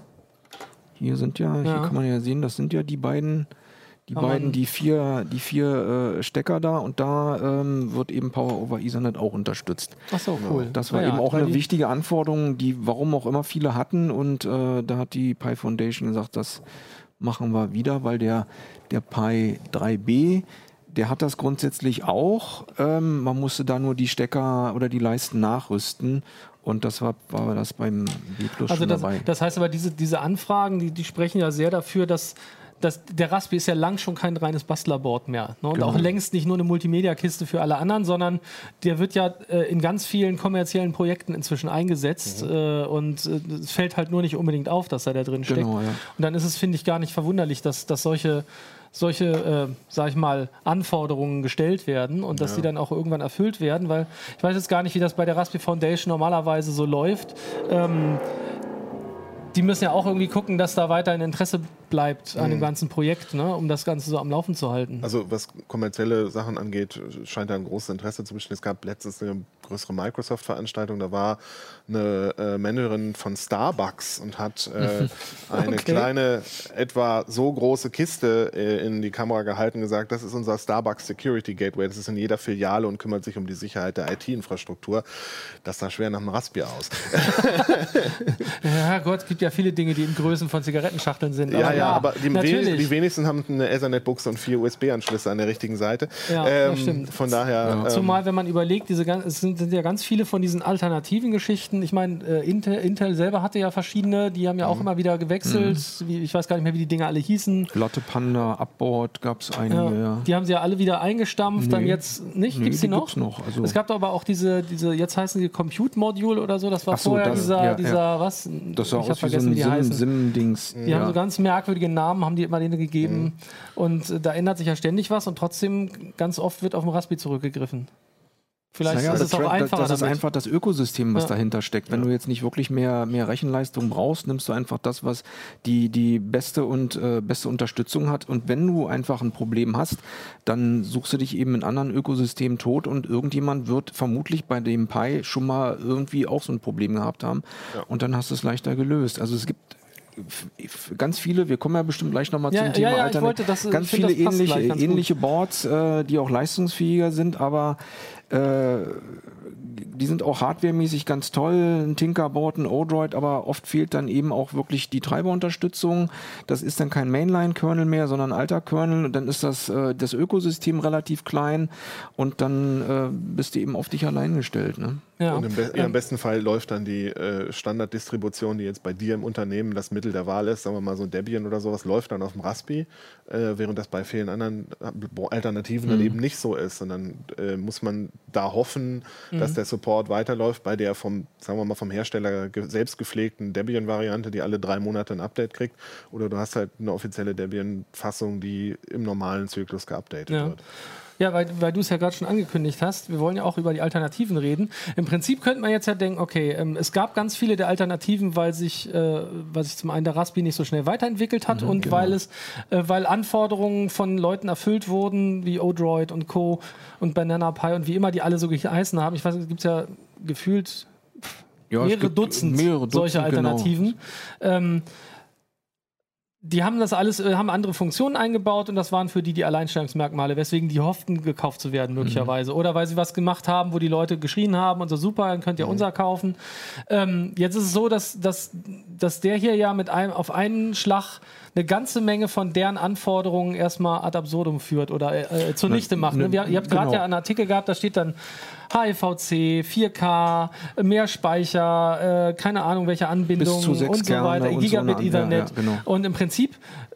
Hier sind ja, ja. hier kann man ja sehen, das sind ja die beiden Die Aber beiden, die vier, die vier äh, Stecker da und da ähm, wird eben Power over Ethernet auch unterstützt. Ach so, cool. Das war ja, eben auch eine wichtige Anforderung, die warum auch immer viele hatten und äh, da hat die Pi Foundation gesagt, das machen wir wieder, weil der, der Pi drei B, der hat das grundsätzlich auch. Ähm, man musste da nur die Stecker oder die Leisten nachrüsten. Und das war, war das beim B Plus also schon das, dabei. Das heißt aber, diese, diese Anfragen, die, die sprechen ja sehr dafür, dass Das, der Raspi ist ja lang schon kein reines Bastlerboard mehr. Ne? Und genau. auch längst nicht nur eine Multimedia-Kiste für alle anderen, sondern der wird ja äh, in ganz vielen kommerziellen Projekten inzwischen eingesetzt. Mhm. Äh, und äh, es fällt halt nur nicht unbedingt auf, dass er da drin steckt. Genau, ja. Und dann ist es, finde ich, gar nicht verwunderlich, dass, dass solche, solche äh, sag ich mal, Anforderungen gestellt werden und dass ja. die dann auch irgendwann erfüllt werden. Weil ich weiß jetzt gar nicht, wie das bei der Raspi Foundation normalerweise so läuft. Ähm, Die müssen ja auch irgendwie gucken, dass da weiterhin Interesse bleibt an mhm. dem ganzen Projekt, ne, um das Ganze so am Laufen zu halten. Also was kommerzielle Sachen angeht, scheint da ein großes Interesse zu bestehen. Es gab letztens eine größere Microsoft-Veranstaltung, da war eine äh, Managerin von Starbucks und hat äh, eine okay. kleine, etwa so große Kiste äh, in die Kamera gehalten und gesagt, das ist unser Starbucks Security Gateway, das ist in jeder Filiale und kümmert sich um die Sicherheit der I T-Infrastruktur. Das sah schwer nach einem Raspbier aus. Ja Gott, es gibt ja viele Dinge, die in Größen von Zigarettenschachteln sind. Ja, aber ja, ja, aber die, wenigsten, die wenigsten haben eine Ethernet-Buchse und vier U S B-Anschlüsse an der richtigen Seite. Ja, ähm, das stimmt. Von daher... Ja. Ähm, Zumal, wenn man überlegt, diese, es sind, sind ja ganz viele von diesen alternativen Geschichten. Ich meine, äh, Intel, Intel selber hatte ja verschiedene, die haben ja auch mhm. immer wieder gewechselt. Mhm. Wie, ich weiß gar nicht mehr, wie die Dinger alle hießen. Lotte Panda, Upboard gab es einige, ja, ja. Die haben sie ja alle wieder eingestampft, nee. dann jetzt nicht. Nee, gibt es die, die noch? noch. Also es gab aber auch diese, diese, jetzt heißen die Compute-Module oder so, das war so, vorher das, dieser, ja, dieser ja. was? Das sah aus wie so ein Sim, Sim-Dings. Die ja. haben so ganz merkwürdige Namen, haben die immer denen gegeben. Mhm. Und äh, da ändert sich ja ständig was und trotzdem ganz oft wird auf den Raspi zurückgegriffen. Vielleicht naja, ist es auch einfacher. Das ist damit. einfach das Ökosystem, was ja. dahinter steckt. Wenn ja. du jetzt nicht wirklich mehr, mehr Rechenleistung brauchst, nimmst du einfach das, was die, die beste und äh, beste Unterstützung hat. Und wenn du einfach ein Problem hast, dann suchst du dich eben in anderen Ökosystemen tot und irgendjemand wird vermutlich bei dem Pi schon mal irgendwie auch so ein Problem gehabt haben. Ja. Und dann hast du es leichter gelöst. Also es gibt ganz viele, wir kommen ja bestimmt gleich nochmal ja, zum Thema ja, ja, Altern, wollte, das, ganz viele ähnliche, ganz ähnliche Boards, äh, die auch leistungsfähiger sind, aber äh, die sind auch hardwaremäßig ganz toll, ein Tinkerboard, ein Odroid, aber oft fehlt dann eben auch wirklich die Treiberunterstützung. Das ist dann kein Mainline-Kernel mehr, sondern ein alter Kernel und dann ist das, äh, das Ökosystem relativ klein und dann äh, bist du eben auf dich allein gestellt. Ne? Ja. Und im, be ja, im besten Fall läuft dann die äh, Standarddistribution, die jetzt bei dir im Unternehmen das Mittel der Wahl ist, sagen wir mal so ein Debian oder sowas, läuft dann auf dem Raspi, äh, während das bei vielen anderen Alternativen mhm. dann eben nicht so ist. Und dann äh, muss man da hoffen, mhm. dass der Support weiterläuft bei der vom, sagen wir mal, vom Hersteller ge selbst gepflegten Debian-Variante, die alle drei Monate ein Update kriegt. Oder du hast halt eine offizielle Debian-Fassung, die im normalen Zyklus geupdatet ja. wird. Ja, weil, weil du es ja gerade schon angekündigt hast, wir wollen ja auch über die Alternativen reden. Im Prinzip könnte man jetzt ja denken, okay, ähm, es gab ganz viele der Alternativen, weil sich, äh, weil sich zum einen der Raspi nicht so schnell weiterentwickelt hat mhm, und genau. weil es, äh, weil Anforderungen von Leuten erfüllt wurden, wie Odroid und Co. und Banana Pi und wie immer die alle so geheißen haben. Ich weiß, es gibt ja gefühlt ja, mehrere, Dutzend mehrere Dutzend solche Alternativen. Genau. Ähm, Die haben das alles, haben andere Funktionen eingebaut und das waren für die die Alleinstellungsmerkmale, weswegen die hofften, gekauft zu werden möglicherweise. Mhm. Oder weil sie was gemacht haben, wo die Leute geschrien haben und so, super, dann könnt ihr mhm. unser kaufen. Ähm, jetzt ist es so, dass, dass, dass der hier ja mit einem, auf einen Schlag eine ganze Menge von deren Anforderungen erstmal ad absurdum führt oder äh, zunichte macht. Ne? Wir, ihr habt gerade genau. ja einen Artikel gehabt, da steht dann H E V C, vier K, mehr Speicher, äh, keine Ahnung welche Anbindungen und so weiter, Gigabit so Ethernet. Ja, ja, genau. Und im Prinzip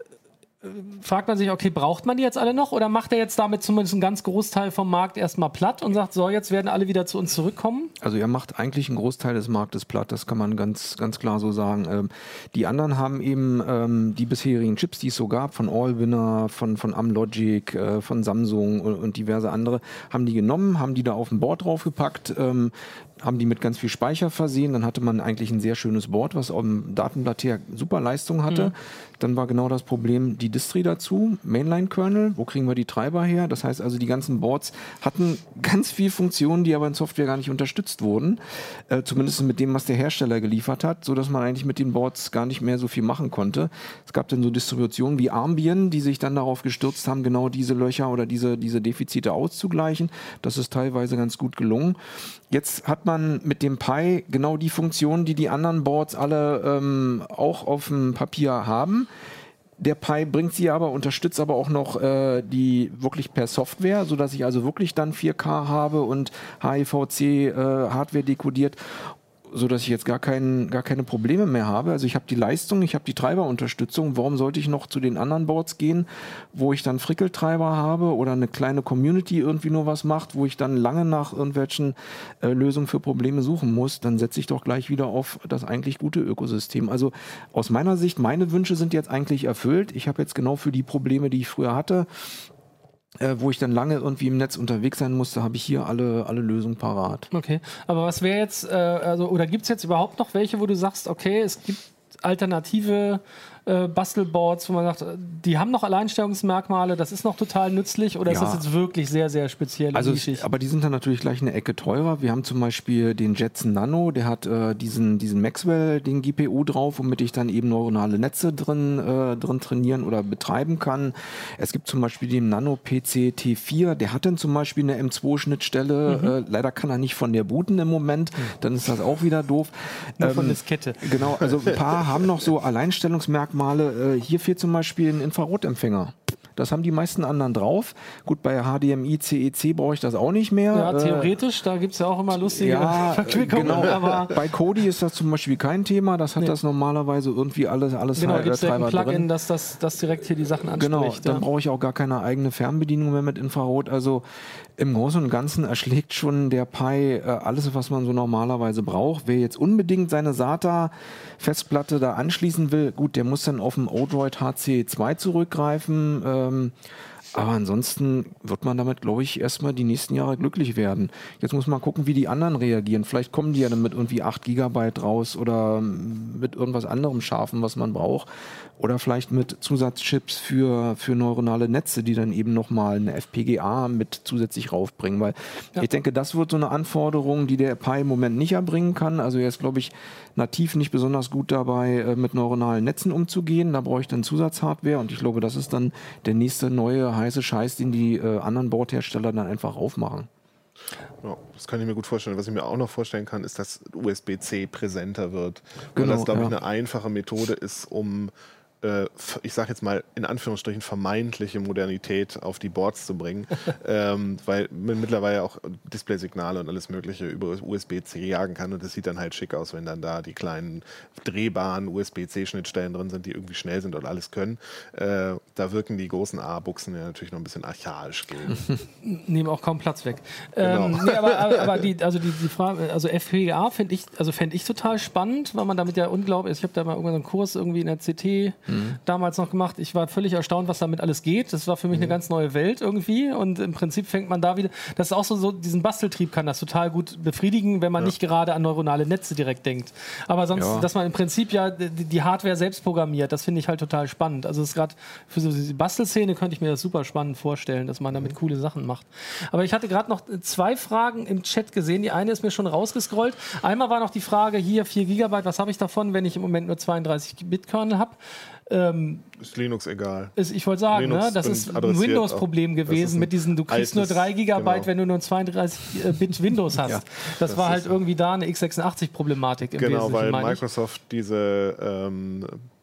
äh, fragt man sich, okay, braucht man die jetzt alle noch oder macht er jetzt damit zumindest einen ganz Großteil vom Markt erstmal platt und sagt, so, jetzt werden alle wieder zu uns zurückkommen? Also er macht eigentlich einen Großteil des Marktes platt, das kann man ganz, ganz klar so sagen. Ähm, die anderen haben eben ähm, die bisherigen Chips, die es so gab, von Allwinner, von, von Amlogic, äh, von Samsung und, und diverse andere, haben die genommen, haben die da auf ein Board draufgepackt, ähm, haben die mit ganz viel Speicher versehen, dann hatte man eigentlich ein sehr schönes Board, was auf dem Datenblatt her super Leistung hatte. Mhm. Dann war genau das Problem die Distri dazu, Mainline-Kernel, wo kriegen wir die Treiber her? Das heißt also, die ganzen Boards hatten ganz viele Funktionen, die aber in Software gar nicht unterstützt wurden, äh, zumindest mit dem, was der Hersteller geliefert hat, sodass man eigentlich mit den Boards gar nicht mehr so viel machen konnte. Es gab dann so Distributionen wie Armbian, die sich dann darauf gestürzt haben, genau diese Löcher oder diese, diese Defizite auszugleichen. Das ist teilweise ganz gut gelungen. Jetzt hat man mit dem Pi genau die Funktionen, die die anderen Boards alle ähm, auch auf dem Papier haben. Der Pi bringt sie aber, unterstützt aber auch noch äh, die wirklich per Software, sodass ich also wirklich dann vier K habe und H E V C äh, Hardware dekodiert, sodass ich jetzt gar, kein, gar keine Probleme mehr habe. Also ich habe die Leistung, ich habe die Treiberunterstützung. Warum sollte ich noch zu den anderen Boards gehen, wo ich dann Frickeltreiber habe oder eine kleine Community irgendwie nur was macht, wo ich dann lange nach irgendwelchen äh, Lösungen für Probleme suchen muss? Dann setze ich doch gleich wieder auf das eigentlich gute Ökosystem. Also aus meiner Sicht, meine Wünsche sind jetzt eigentlich erfüllt. Ich habe jetzt genau für die Probleme, die ich früher hatte, Äh, wo ich dann lange irgendwie im Netz unterwegs sein musste, habe ich hier alle, alle Lösungen parat. Okay, aber was wäre jetzt, äh, also, oder gibt es jetzt überhaupt noch welche, wo du sagst, okay, es gibt alternative äh, Bastelboards, wo man sagt, die haben noch Alleinstellungsmerkmale, das ist noch total nützlich oder ja. ist das jetzt wirklich sehr, sehr speziell? Also, es, aber die sind dann natürlich gleich eine Ecke teurer. Wir haben zum Beispiel den Jetson Nano, der hat äh, diesen, diesen Maxwell, den G P U drauf, womit ich dann eben neuronale Netze drin, äh, drin trainieren oder betreiben kann. Es gibt zum Beispiel den Nano P C T vier, der hat dann zum Beispiel eine M zwei Schnittstelle. Mhm. Äh, leider kann er nicht von der booten im Moment, mhm. dann ist das auch wieder doof. Nur ähm, von Diskette. Genau, also ein paar haben noch so Alleinstellungsmerkmale. Äh, hier fehlt zum Beispiel ein Infrarotempfänger. Das haben die meisten anderen drauf. Gut, bei H D M I C E C brauche ich das auch nicht mehr. Ja, theoretisch, äh, da gibt es ja auch immer lustige ja, Verquickungen. Genau. Aber bei Kodi ist das zum Beispiel kein Thema. Das hat nee. das normalerweise irgendwie alles, alles genau, gibt es ein Plugin, dass das, das direkt hier die Sachen anspricht. Genau, dann ja. brauche ich auch gar keine eigene Fernbedienung mehr mit Infrarot. Also im Großen und Ganzen erschlägt schon der Pi äh, alles, was man so normalerweise braucht. Wer jetzt unbedingt seine SATA-Festplatte da anschließen will, gut, der muss dann auf dem Odroid H C zwei zurückgreifen. Ähm, aber ansonsten wird man damit, glaube ich, erstmal die nächsten Jahre glücklich werden. Jetzt muss man gucken, wie die anderen reagieren. Vielleicht kommen die ja dann mit irgendwie acht Gigabyte raus oder mit irgendwas anderem Scharfen, was man braucht. Oder vielleicht mit Zusatzchips für, für neuronale Netze, die dann eben nochmal eine F P G A mit zusätzlich raufbringen. Weil ja. ich denke, das wird so eine Anforderung, die der Pi im Moment nicht erbringen kann. Also er ist, glaube ich, nativ nicht besonders gut dabei, mit neuronalen Netzen umzugehen. Da brauche ich dann Zusatzhardware und ich glaube, das ist dann der nächste neue heiße Scheiß, den die äh, anderen Bordhersteller dann einfach aufmachen. Ja, das kann ich mir gut vorstellen. Was ich mir auch noch vorstellen kann, ist, dass U S B C präsenter wird. Genau, weil das, glaube ja. ich, eine einfache Methode ist, um ich sage jetzt mal in Anführungsstrichen vermeintliche Modernität auf die Boards zu bringen, ähm, weil man mittlerweile auch Displaysignale und alles mögliche über U S B C jagen kann und das sieht dann halt schick aus, wenn dann da die kleinen drehbaren U S B C-Schnittstellen drin sind, die irgendwie schnell sind und alles können. Äh, da wirken die großen A-Buchsen ja natürlich noch ein bisschen archaisch gegen. Nehmen auch kaum Platz weg. Genau. Ähm, nee, aber aber, aber die, also die, die Frage, also F P G A finde ich, also fände ich total spannend, weil man damit ja unglaublich, ich habe da mal irgendwann einen Kurs irgendwie in der C T Mhm. damals noch gemacht. Ich war völlig erstaunt, was damit alles geht. Das war für mich mhm. eine ganz neue Welt irgendwie und im Prinzip fängt man da wieder, das ist auch so, so diesen Basteltrieb kann das total gut befriedigen, wenn man ja. nicht gerade an neuronale Netze direkt denkt. Aber sonst, ja. dass man im Prinzip ja die, die Hardware selbst programmiert, das finde ich halt total spannend. Also es ist gerade für so die Bastelszene könnte ich mir das super spannend vorstellen, dass man damit mhm. coole Sachen macht. Aber ich hatte gerade noch zwei Fragen im Chat gesehen. Die eine ist mir schon rausgescrollt. Einmal war noch die Frage, hier vier Gigabyte, was habe ich davon, wenn ich im Moment nur zweiunddreißig Bit Kernel habe? Ähm, ist Linux egal. Ist, ich wollte sagen, ne, das ist ein Windows-Problem gewesen mit diesen, du kriegst nur drei Gigabyte, genau. wenn du nur zweiunddreißig Bit Windows hast. Ja, das, das war halt irgendwie da eine x sechsundachtzig-Problematik im Genau, Wesentlichen, weil Microsoft diese ähm,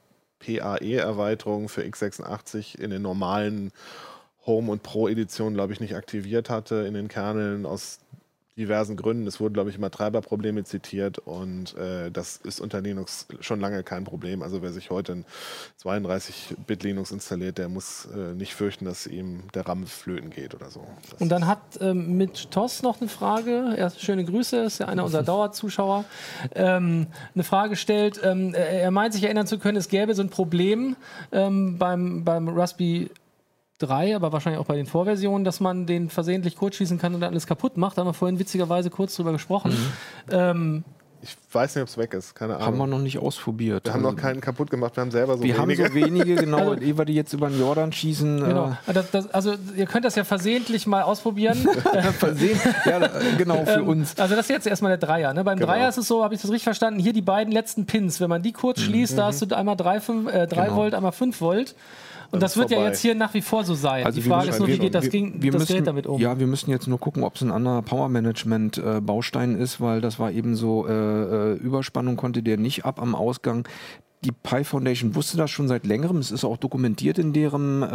P A E-Erweiterung für x sechsundachtzig in den normalen Home- und Pro-Editionen, glaube ich, nicht aktiviert hatte in den Kerneln aus diversen Gründen. Es wurden, glaube ich, immer Treiberprobleme zitiert und äh, das ist unter Linux schon lange kein Problem. Also wer sich heute ein zweiunddreißig Bit Linux installiert, der muss äh, nicht fürchten, dass ihm der RAM flöten geht oder so. Das und dann hat ähm, mit Toss noch eine Frage, erst schöne Grüße, ist ja einer unserer Dauerzuschauer, ähm, eine Frage gestellt. Ähm, er meint sich erinnern zu können, es gäbe so ein Problem ähm, beim, beim Raspberry drei, aber wahrscheinlich auch bei den Vorversionen, dass man den versehentlich kurzschließen kann und dann alles kaputt macht. Da haben wir vorhin witzigerweise kurz drüber gesprochen. Mhm. Ähm, ich weiß nicht, ob es weg ist, keine Ahnung. Haben wir noch nicht ausprobiert. Wir haben noch keinen kaputt gemacht, wir haben selber so wir wenige. Wir haben so wenige, genau, also, ehe wir die jetzt über den Jordan schießen. Genau. Äh das, das, also ihr könnt das ja versehentlich mal ausprobieren. Versehen? Ja, genau, für ähm, uns. Also das ist jetzt erstmal der Dreier. Ne? Beim genau. Dreier ist es so, habe ich das richtig verstanden, hier die beiden letzten Pins, wenn man die kurz mhm. schließt, da hast du einmal drei genau. Volt, einmal fünf Volt. Und das wird vorbei. Ja jetzt hier nach wie vor so sein. Also die Frage ist nur, wie geht das, ging, wir das müssen, Gerät damit um? Ja, wir müssen jetzt nur gucken, ob es ein anderer Power-Management-Baustein ist, weil das war eben so, äh, Überspannung konnte der nicht ab am Ausgang. Die Pi Foundation wusste das schon seit längerem. Es ist auch dokumentiert in deren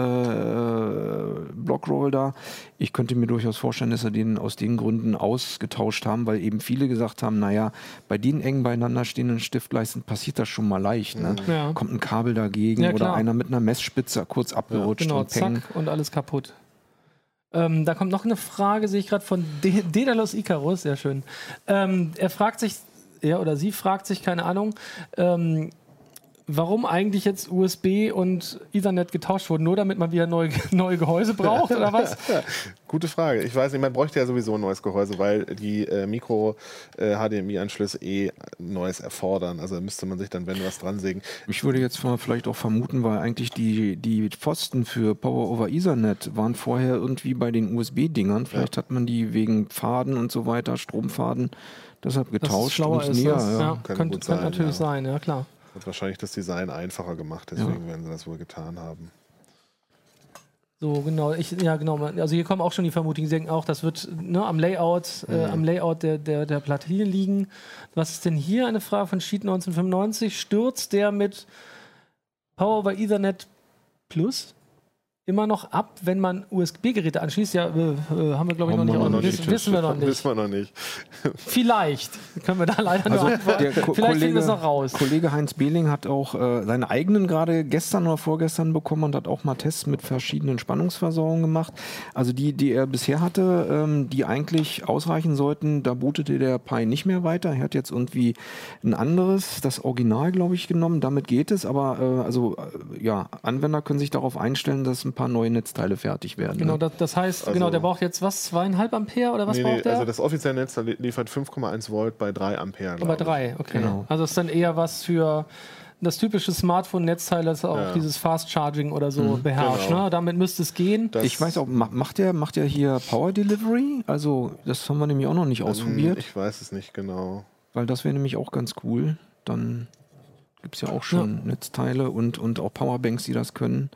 äh, Blogroll da. Ich könnte mir durchaus vorstellen, dass sie den aus den Gründen ausgetauscht haben, weil eben viele gesagt haben, naja, bei den eng beieinander stehenden Stiftleisten passiert das schon mal leicht. Ne? Ja. Kommt ein Kabel dagegen ja, oder einer mit einer Messspitze kurz abgerutscht. Ja, genau, und peng. Zack und alles kaputt. Ähm, da kommt noch eine Frage, sehe ich gerade, von De Daedalus Icarus, sehr schön. Ähm, er fragt sich, er oder sie fragt sich, keine Ahnung, ähm, warum eigentlich jetzt U S B und Ethernet getauscht wurden, nur damit man wieder neue, neue Gehäuse braucht oder was? Gute Frage. Ich weiß nicht, man bräuchte ja sowieso ein neues Gehäuse, weil die äh, Micro-H D M I-Anschlüsse eh Neues erfordern. Also da müsste man sich dann, wenn was dran sägen. Ich würde jetzt mal vielleicht auch vermuten, weil eigentlich die, die Pfosten für Power over Ethernet waren vorher irgendwie bei den U S B-Dingern. Vielleicht ja. hat man die wegen Pfaden und so weiter, Stromfaden, deshalb getauscht. Und ist näher, das. Ja. Ja, könnte könnte, sein, könnte natürlich ja. sein, ja klar. Hat wahrscheinlich das Design einfacher gemacht, deswegen Ja. werden sie das wohl getan haben. So, genau. Ich, ja, genau. Also hier kommen auch schon die Vermutungen. Sie denken auch, das wird ne, am Layout, mhm. äh, am Layout der, der, der Platine liegen. Was ist denn hier? Eine Frage von Sheet neunzehnhundertfünfundneunzig. Stürzt der mit Power over Ethernet Plus immer noch ab, wenn man U S B-Geräte anschließt? Ja, äh, haben wir, glaube ich, noch nicht. Noch Noch nicht wissen, wissen wir noch nicht. Wissen wir noch nicht. Vielleicht. Können wir da leider Also nur antworten. der Ko Vielleicht Kollege, kriegen wir es noch raus. Kollege Heinz Behling hat auch äh, seine eigenen gerade gestern oder vorgestern bekommen und hat auch mal Tests mit verschiedenen Spannungsversorgungen gemacht. Also die, die er bisher hatte, ähm, die eigentlich ausreichen sollten, da bootete der Pi nicht mehr weiter. Er hat jetzt irgendwie ein anderes, das Original, glaube ich, genommen. Damit geht es, aber äh, also äh, ja, Anwender können sich darauf einstellen, dass ein paar neue Netzteile fertig werden. Genau, Ne? das, das heißt, Also, genau, der braucht jetzt was, zweieinhalb Ampere oder was nee, braucht nee, der? also das offizielle Netz liefert fünf Komma eins Volt bei drei Ampere. Bei drei, okay. Genau. Also ist dann eher was für das typische Smartphone-Netzteil, das auch Ja. dieses Fast Charging oder so Mhm. beherrscht. Genau. Ne? Damit müsste es gehen. Das Ich weiß auch, ma- macht der, macht der hier Power Delivery? Also das haben wir nämlich auch noch nicht ausprobiert, Ich weiß es nicht genau. weil das wäre nämlich auch ganz cool. Dann gibt es ja auch schon Netzteile und, und auch Powerbanks, die das können.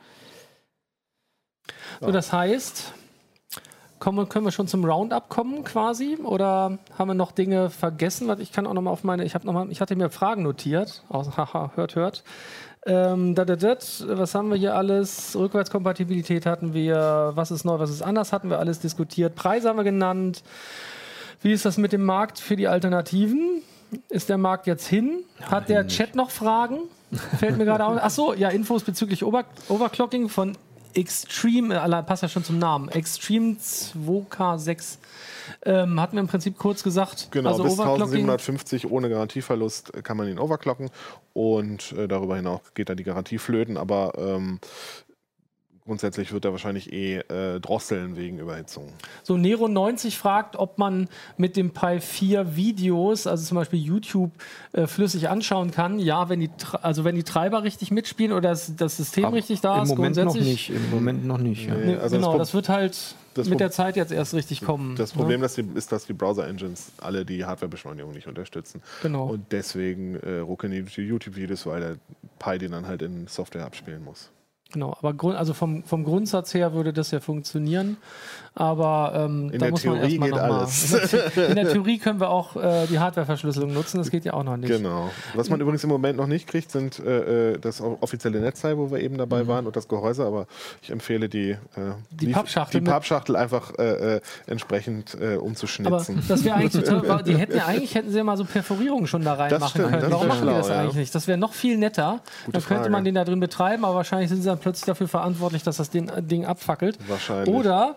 So, das heißt, kommen, können wir schon zum Roundup kommen quasi? Oder haben wir noch Dinge vergessen? Ich kann auch noch mal auf meine, ich habe noch mal, ich hatte mir Fragen notiert. Aus, haha, hört, hört. Ähm, da, da, da, was haben wir hier alles? Rückwärtskompatibilität hatten wir. Was ist neu, was ist anders? Hatten wir alles diskutiert. Preise haben wir genannt. Wie ist das mit dem Markt für die Alternativen? Ist der Markt jetzt hin? Hat der Chat noch Fragen? Fällt mir gerade auf. Ach so, ja, Infos bezüglich Over Overclocking von Extreme, äh, passt ja schon zum Namen, Extreme zwei K sechs. Ähm, hatten wir im Prinzip kurz gesagt. Genau, also bis eintausendsiebenhundertfünfzig ohne Garantieverlust kann man ihn overclocken und äh, darüber hinaus geht dann die Garantie flöten, aber ähm, grundsätzlich wird er wahrscheinlich eh äh, drosseln wegen Überhitzung. So, Nero neunzig fragt, ob man mit dem Pi vier Videos, also zum Beispiel YouTube, äh, flüssig anschauen kann. Ja, wenn die, also wenn die Treiber richtig mitspielen oder das, das System Aber richtig da im ist. Moment noch grundsätzlich, nicht. Im Moment noch nicht. Ja. Nee, also genau, das, das wird halt das mit Pro der Zeit jetzt erst richtig kommen. das Problem ne? dass die, ist, dass die Browser-Engines alle die Hardwarebeschleunigung nicht unterstützen. Genau. Und deswegen äh, ruckeln die YouTube-Videos, weil der Pi den dann halt in Software abspielen muss. Genau, aber Grund, also vom, vom Grundsatz her würde das ja funktionieren. Aber ähm, In da der muss man Theorie erstmal geht noch mal. alles. In der, in der Theorie können wir auch äh, die Hardwareverschlüsselung nutzen, das geht ja auch noch nicht. Genau. Was man übrigens im Moment noch nicht kriegt, sind äh, das offizielle Netzteil, wo wir eben dabei Mhm. waren, und das Gehäuse, aber ich empfehle die, äh, Die Pappschachtel die mit- Pappschachtel einfach äh, äh, entsprechend äh, Aber umzuschnitzen. das wäre eigentlich total. Die hätten ja eigentlich hätten sie ja mal so Perforierungen schon da reinmachen stimmt, können. das Warum wär machen die das schlau, ja. eigentlich nicht? Das wäre noch viel netter. Gute dann könnte Frage. man den da drin betreiben, aber wahrscheinlich sind sie dann plötzlich dafür verantwortlich, dass das den, Ding abfackelt. Wahrscheinlich. Oder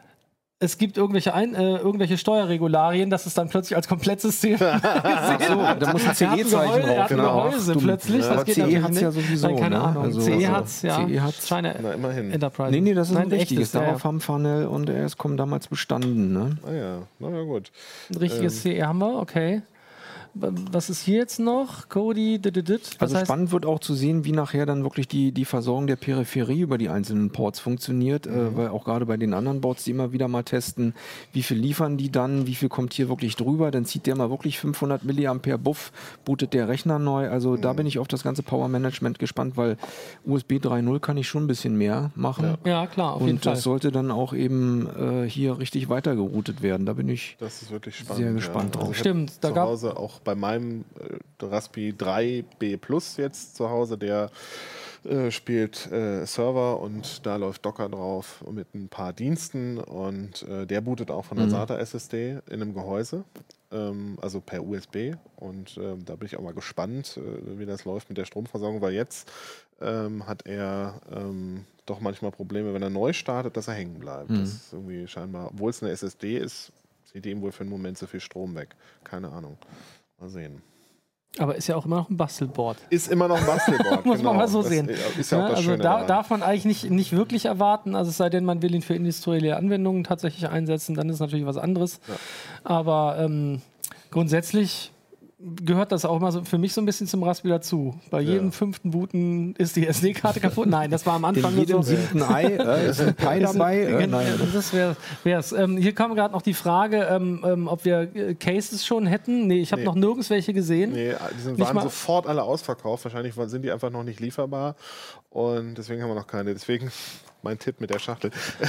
es gibt irgendwelche, Ein äh, irgendwelche Steuerregularien, dass es dann plötzlich als Komplettsystem Ach so, da muss ein C E-Zeichen Er drauf. hat ein Genau. Gehäuse Stimmt. plötzlich. Ja, Das aber geht C E natürlich hat's nicht. ja sowieso, Nein, keine ne? Ahnung. Also- C E also hat's, ja. C E hat's. China Na, immerhin. Enterprise. Nee, nee, das ist Nein, ein richtiges. echtes, Darauf ja, haben Funnel und R S Com damals bestanden. Ne? Ah ja, na ja, gut. ja. Ein richtiges ähm, C E haben wir, okay. Was ist hier jetzt noch? Cody, dit, dit, dit. Das Also heißt, spannend wird auch zu sehen, wie nachher dann wirklich die, die Versorgung der Peripherie über die einzelnen Ports funktioniert, Mhm. äh, weil auch gerade bei den anderen Boards, die immer wieder mal testen, wie viel liefern die dann, wie viel kommt hier wirklich drüber, dann zieht der mal wirklich fünfhundert Milliampere Buff, bootet der Rechner neu, also Mhm. da bin ich auf das ganze Power Management gespannt, weil U S B drei Punkt null kann ich schon ein bisschen mehr machen. ja, klar, auf jeden Und Fall. das sollte dann auch eben äh, hier richtig weitergeroutet werden. Da bin ich Das ist wirklich spannend. sehr gespannt drauf. Also ich hab Stimmt, da zu gab- Hause auch bei meinem äh, Raspi drei B Plus jetzt zu Hause, der äh, spielt äh, Server und da läuft Docker drauf mit ein paar Diensten und äh, der bootet auch von der Mhm. SATA S S D in einem Gehäuse, ähm, also per U S B, und ähm, da bin ich auch mal gespannt, äh, wie das läuft mit der Stromversorgung, weil jetzt ähm, hat er ähm, doch manchmal Probleme, wenn er neu startet, dass er hängen bleibt. Mhm. Das ist irgendwie scheinbar, obwohl es eine S S D ist, zieht ihm wohl für einen Moment so viel Strom weg. Keine Ahnung. Mal sehen. Aber ist ja auch immer noch ein Bastelboard. Ist immer noch ein Bastelboard, Muss genau. man mal so das sehen. Ist ja auch das also Schöne da daran. darf man eigentlich nicht, nicht wirklich erwarten, also es sei denn, man will ihn für industrielle Anwendungen tatsächlich einsetzen, dann ist natürlich was anderes. Ja. Aber ähm, grundsätzlich gehört das auch immer so für mich so ein bisschen zum Raspberry dazu. Bei Ja. jedem fünften Booten ist die S D-Karte kaputt. Nein, das war am Anfang In nur jedem so. siebten Ei äh, ist ein Pi dabei. Äh, Genau, nein. das wäre es. Ähm, hier kam gerade noch die Frage, ähm, ähm, ob wir äh, Cases schon hätten. Nee, ich habe Nee. noch nirgends welche gesehen. Nee, die sind, Nicht waren mal- sofort alle ausverkauft. Wahrscheinlich waren- sind die einfach noch nicht lieferbar. Und deswegen haben wir noch keine. Deswegen mein Tipp mit der Schachtel.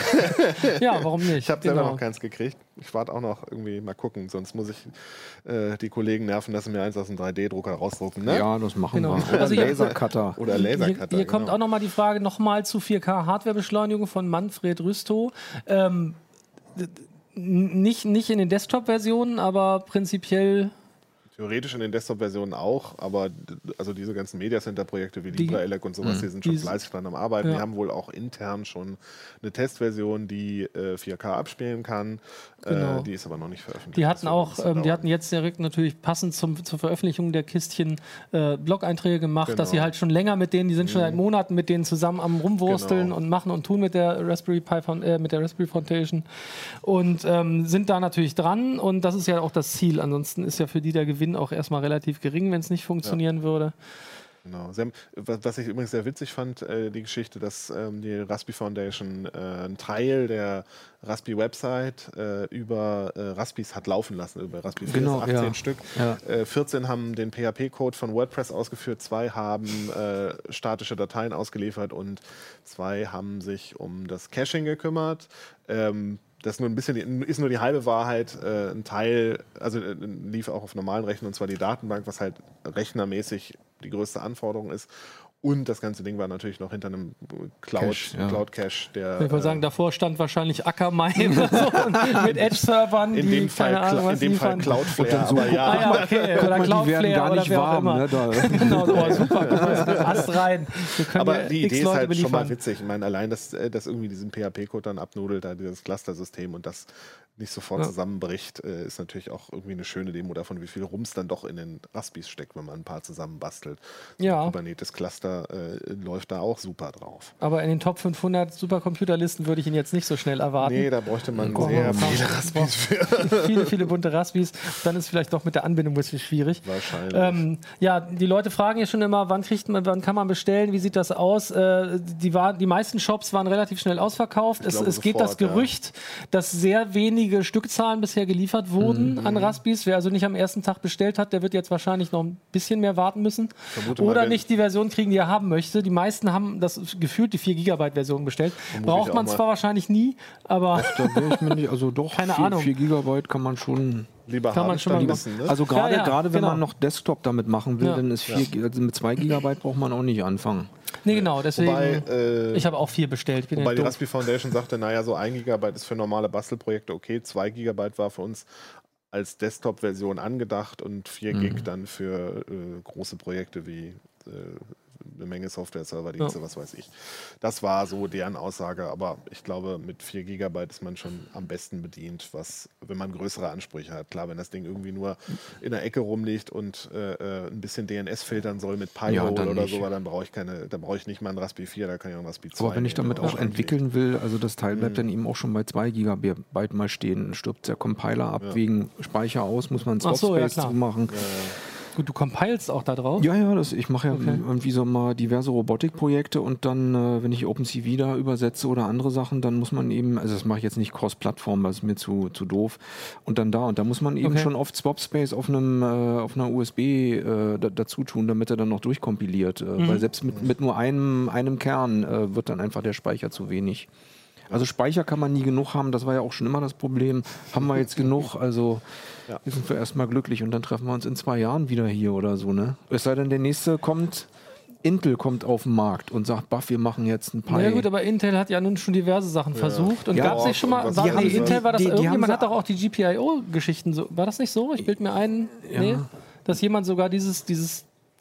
Ja, warum nicht? Ich habe selber Genau. noch keins gekriegt. Ich warte auch noch irgendwie mal gucken. Sonst muss ich äh, die Kollegen nerven, dass sie mir eins aus dem drei D-Drucker rausdrucken. Ne? Ja, das machen Genau. wir. Oder Also hier- Lasercutter. Oder Hier, Lasercutter. hier kommt genau. auch nochmal die Frage nochmal zu vier K Hardwarebeschleunigung von Manfred Rüstow. Ähm, d- d- nicht, nicht in den Desktop-Versionen, aber prinzipiell. Theoretisch in den Desktop-Versionen auch, aber d- also diese ganzen Media Center-Projekte wie Die- LibreELEC und sowas, die sind schon Die- fleißig dran am Arbeiten. Ja. Die haben wohl auch intern schon eine Testversion, die äh, vier K abspielen kann. Genau. Äh, die ist aber noch nicht veröffentlicht. Die hatten Das wird ein auch, bisschen ähm, die dauern. hatten jetzt direkt natürlich passend zum, zur Veröffentlichung der Kistchen äh, Blog-Einträge gemacht, dass sie Genau. halt schon länger mit denen, die sind schon seit Monaten mit denen zusammen am rumwursteln Genau. und machen und tun mit der Raspberry Pi Found- äh, mit der Raspberry Foundation und ähm, sind da natürlich dran und das ist ja auch das Ziel. Ansonsten ist ja für die der Gewinn auch erstmal relativ gering, wenn es nicht funktionieren würde. Genau. Sie haben, was was ich übrigens sehr witzig fand, äh, die Geschichte, dass ähm, die Raspberry Foundation äh, einen Teil der Raspberry Website äh, über äh, Raspis hat laufen lassen, über Raspberry vier, Genau, achtzehn ja. Stück. Ja. Äh, vierzehn haben den P H P-Code von WordPress ausgeführt, zwei haben äh, statische Dateien ausgeliefert und zwei haben sich um das Caching gekümmert. Ähm, Das ist nur ein bisschen, die- ist nur die halbe Wahrheit. Äh, ein Teil, also äh, lief auch auf normalen Rechnern, und zwar die Datenbank, was halt rechnermäßig die größte Anforderung ist. Und das ganze Ding war natürlich noch hinter einem Cloud, Cache, ja. Cloud Cache, der Ich wollte sagen, davor stand wahrscheinlich Akamai oder so, mit Edge-Servern, in die dem Fall, keine Ahnung Cla- in was dem Fall liefern. Cloudflare, so- aber ja. Ah ja, okay. Oder Guck mal, die werden Cloudflare gar oder nicht wer auch warm. immer. Ne, da. Genau, oh, super. Guck mal, Ast rein. Wir können Aber ja die x Idee ist Leute halt schon mal beliefern. witzig. Ich meine, allein, dass, äh, dass irgendwie diesen P H P-Code dann abnudelt, da dieses Cluster-System und das nicht sofort Ja. zusammenbricht, äh, ist natürlich auch irgendwie eine schöne Demo davon, wie viel Rums dann doch in den Raspis steckt, wenn man ein paar zusammenbastelt. So Ja. ein Kubernetes-Cluster äh, läuft da auch super drauf. Aber in den Top fünfhundert Supercomputerlisten würde ich ihn jetzt nicht so schnell erwarten. Nee, da bräuchte man Brauchen sehr wir- viele Raspis für. viele, viele bunte Raspis. Dann ist vielleicht doch mit der Anbindung ein bisschen schwierig. Wahrscheinlich. Ähm, ja, die Leute fragen ja schon immer, wann kriegt man, wann kann man bestellen, wie sieht das aus? Äh, die, war, die meisten Shops waren relativ schnell ausverkauft. Es, glaube, es geht das sofort, ja. Gerücht, dass sehr wenige Stückzahlen bisher geliefert wurden Mhm. an Raspis. Wer also nicht am ersten Tag bestellt hat, der wird jetzt wahrscheinlich noch ein bisschen mehr warten müssen. Vermute mal, Oder wenn- nicht die Version kriegen, die er haben möchte. Die meisten haben das gefühlt die vier Gigabyte Version bestellt. Vermute ich Braucht auch man mal. zwar wahrscheinlich nie, aber Da wäre ich mir nicht, also doch, Keine vier, Ahnung. vier Gigabyte kann man schon. Lieber Kann man haben schon statt mal wissen, ne? Also gerade Ja, ja, gerade wenn genau. man noch Desktop damit machen will, Ja. dann ist vier, also mit zwei Gigabyte braucht man auch nicht anfangen. nee, genau. Deswegen, Wobei, äh, ich habe auch vier bestellt. Bin Wobei ja die doof. Raspberry Foundation sagte, naja, so ein Gigabyte ist für normale Bastelprojekte okay, zwei Gigabyte war für uns als Desktop-Version angedacht und vier Gig dann für äh, große Projekte wie äh, eine Menge Software-Server-Dienste, Ja. was weiß ich. Das war so deren Aussage, aber ich glaube, mit vier Gigabyte ist man schon am besten bedient, was, wenn man größere Ansprüche hat. Klar, wenn das Ding irgendwie nur in der Ecke rumliegt und äh, äh, ein bisschen D N S filtern soll mit Ja, Pi-hole dann oder nicht. so, dann brauche ich keine, dann brauche ich nicht mal einen Raspberry vier, da kann ich auch einen Raspberry zwei Aber wenn ich nehmen, damit der auch wahrscheinlich- entwickeln will, also das Teil bleibt dann eben auch schon bei zwei Gigabyte mal stehen, stirbt der Compiler ab, Ja. wegen Speicher aus, muss man Ach so, ja, Swapspace klar. zumachen. Gut, du compilst auch da drauf. Ja, ja, das, ich mache ja Okay. irgendwie so mal diverse Robotikprojekte und dann, äh, wenn ich OpenCV da übersetze oder andere Sachen, dann muss man eben, also das mache ich jetzt nicht Cross-Plattform, das ist mir zu, zu doof. Und dann da, und da muss man eben Okay. schon oft Swapspace auf einem, äh, auf einer U S B äh, da, dazu tun, damit er dann noch durchkompiliert. Äh, Mhm. Weil selbst mit, mit nur einem, einem Kern äh, wird dann einfach der Speicher zu wenig. Also Speicher kann man nie genug haben, das war ja auch schon immer das Problem. Haben wir jetzt genug, also Ja. hier sind wir erstmal glücklich und dann treffen wir uns in zwei Jahren wieder hier oder so, ne? Es sei denn, der nächste kommt, Intel kommt auf den Markt und sagt, Buff, wir machen jetzt ein Pi. Na ja, gut, aber Intel hat ja nun schon diverse Sachen versucht. Und Ja, gab es nicht schon mal, was- war, die nee, haben- Intel war das die- die irgendjemand haben hat doch auch die G P I O-Geschichten so, war das nicht so? Ich bilde mir ein, nee, dass jemand sogar dieses, dieses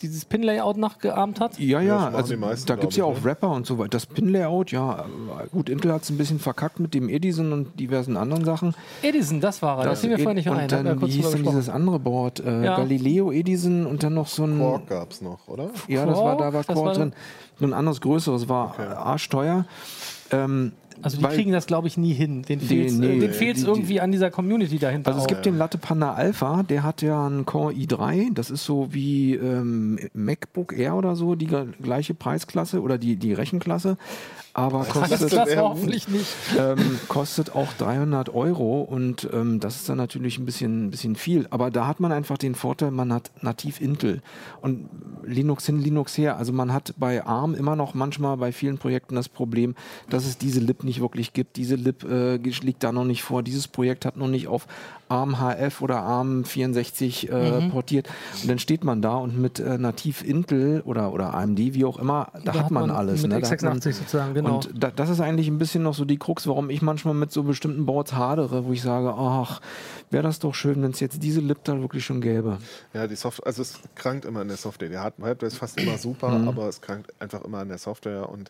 dieses Pin-Layout nachgeahmt hat? Ja, ja, Ja, das machen also die meisten, da gibt es ja glaub ich, auch ne? Rapper und so weiter. Das Pin-Layout, ja, gut, Intel hat es ein bisschen verkackt mit dem Edison und diversen anderen Sachen. Edison, das war er, das fiel mir vorhin nicht und ein. dann, Haben wir kurz wie hieß drüber denn gesprochen. dieses andere Board? Äh, Ja. Galileo Edison und dann noch so ein... Quark gab es noch, oder? Ja, das war, da war Quark, das Quark war- drin. So ein anderes, größeres, war Okay. arschteuer. Ähm, Also die weil- kriegen das, glaube ich, nie hin. Den fehlt es nee, äh, fehlt's die- irgendwie an dieser Community dahinter. Also es auch. gibt den Latte Panda Alpha, der hat ja einen Core i drei, das ist so wie ähm, MacBook Air oder so, die ge- gleiche Preisklasse oder die, die Rechenklasse, aber das, kostet, das hoffentlich nicht. ähm, kostet auch dreihundert Euro und ähm, das ist dann natürlich ein bisschen, ein bisschen viel, aber da hat man einfach den Vorteil, man hat nativ Intel und Linux hin, Linux her, also man hat bei ARM immer noch manchmal bei vielen Projekten das Problem, dass es diese Lib nicht wirklich gibt, diese Lib äh, liegt da noch nicht vor, dieses Projekt hat noch nicht auf ARM H F oder ARM vierundsechzig äh, Mhm. portiert und dann steht man da und mit äh, nativ Intel oder, oder A M D, wie auch immer, da, hat man, alles. Mit Ne? x Da hat man, sechsundachtzig sozusagen, genau. Und da, das ist eigentlich ein bisschen noch so die Krux, warum ich manchmal mit so bestimmten Boards hadere, wo ich sage, ach, wäre das doch schön, wenn es jetzt diese Lib da wirklich schon gäbe. Ja, die Software, also es krankt immer an der Software. Die Hardware ist fast immer super, Mhm. aber es krankt einfach immer an der Software und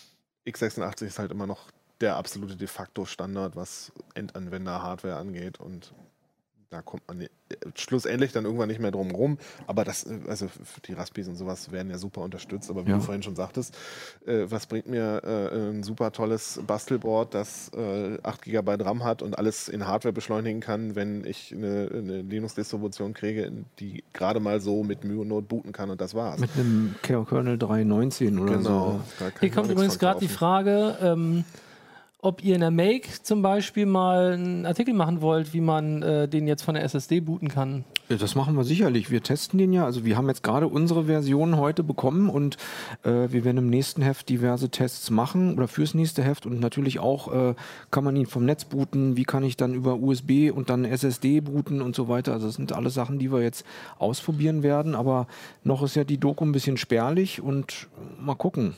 x sechsundachtzig ist halt immer noch der absolute de facto Standard, was Endanwender-Hardware angeht und da kommt man äh, schlussendlich dann irgendwann nicht mehr drum rum, aber das, äh, also für die Raspis und sowas werden ja super unterstützt, aber wie Ja. du vorhin schon sagtest, äh, was bringt mir äh, ein super tolles Bastelboard, das äh, acht Gigabyte RAM hat und alles in Hardware beschleunigen kann, wenn ich eine, eine Linux-Distribution kriege, die gerade mal so mit Mühe und Not booten kann und das war's. Mit einem Kernel drei neunzehn oder Genau. so. Da kann Hier ich kommt auch übrigens nichts gerade die von kaufen. Frage, ähm, ob ihr in der Make zum Beispiel mal einen Artikel machen wollt, wie man äh, den jetzt von der S S D booten kann. Ja, das machen wir sicherlich. Wir testen den ja. Also wir haben jetzt gerade unsere Version heute bekommen und äh, wir werden im nächsten Heft diverse Tests machen oder fürs nächste Heft und natürlich auch äh, kann man ihn vom Netz booten, wie kann ich dann über U S B und dann S S D booten und so weiter. Also das sind alles Sachen, die wir jetzt ausprobieren werden, aber noch ist ja die Doku ein bisschen spärlich und mal gucken.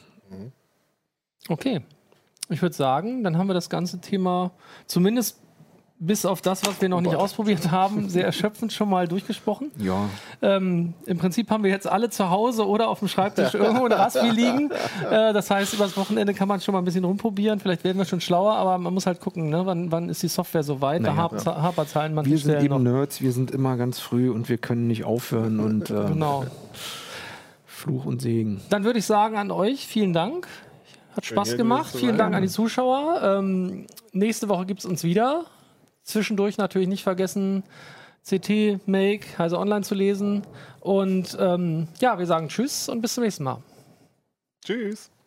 Okay. Ich würde sagen, dann haben wir das ganze Thema zumindest bis auf das, was wir noch nicht ausprobiert haben, sehr erschöpfend schon mal durchgesprochen. Ja, Ähm, Im Prinzip haben wir jetzt alle zu Hause oder auf dem Schreibtisch irgendwo ein Raspi liegen. Äh, das heißt, übers Wochenende kann man schon mal ein bisschen rumprobieren. Vielleicht werden wir schon schlauer, aber man muss halt gucken, ne? wann, wann ist die Software so weit. Da Naja, hap hapert es halt an manchen wir sind Stellen eben noch. Nerds, wir sind immer ganz früh und wir können nicht aufhören und äh, Genau. Fluch und Segen. Dann würde ich sagen an euch, vielen Dank. Hat Schön, Spaß hier gemacht. gewesen zu Vielen sein. Dank an die Zuschauer. Ähm, nächste Woche gibt es uns wieder. Zwischendurch natürlich nicht vergessen, C T, Make, also online zu lesen. Und ähm, ja, wir sagen Tschüss und bis zum nächsten Mal. Tschüss.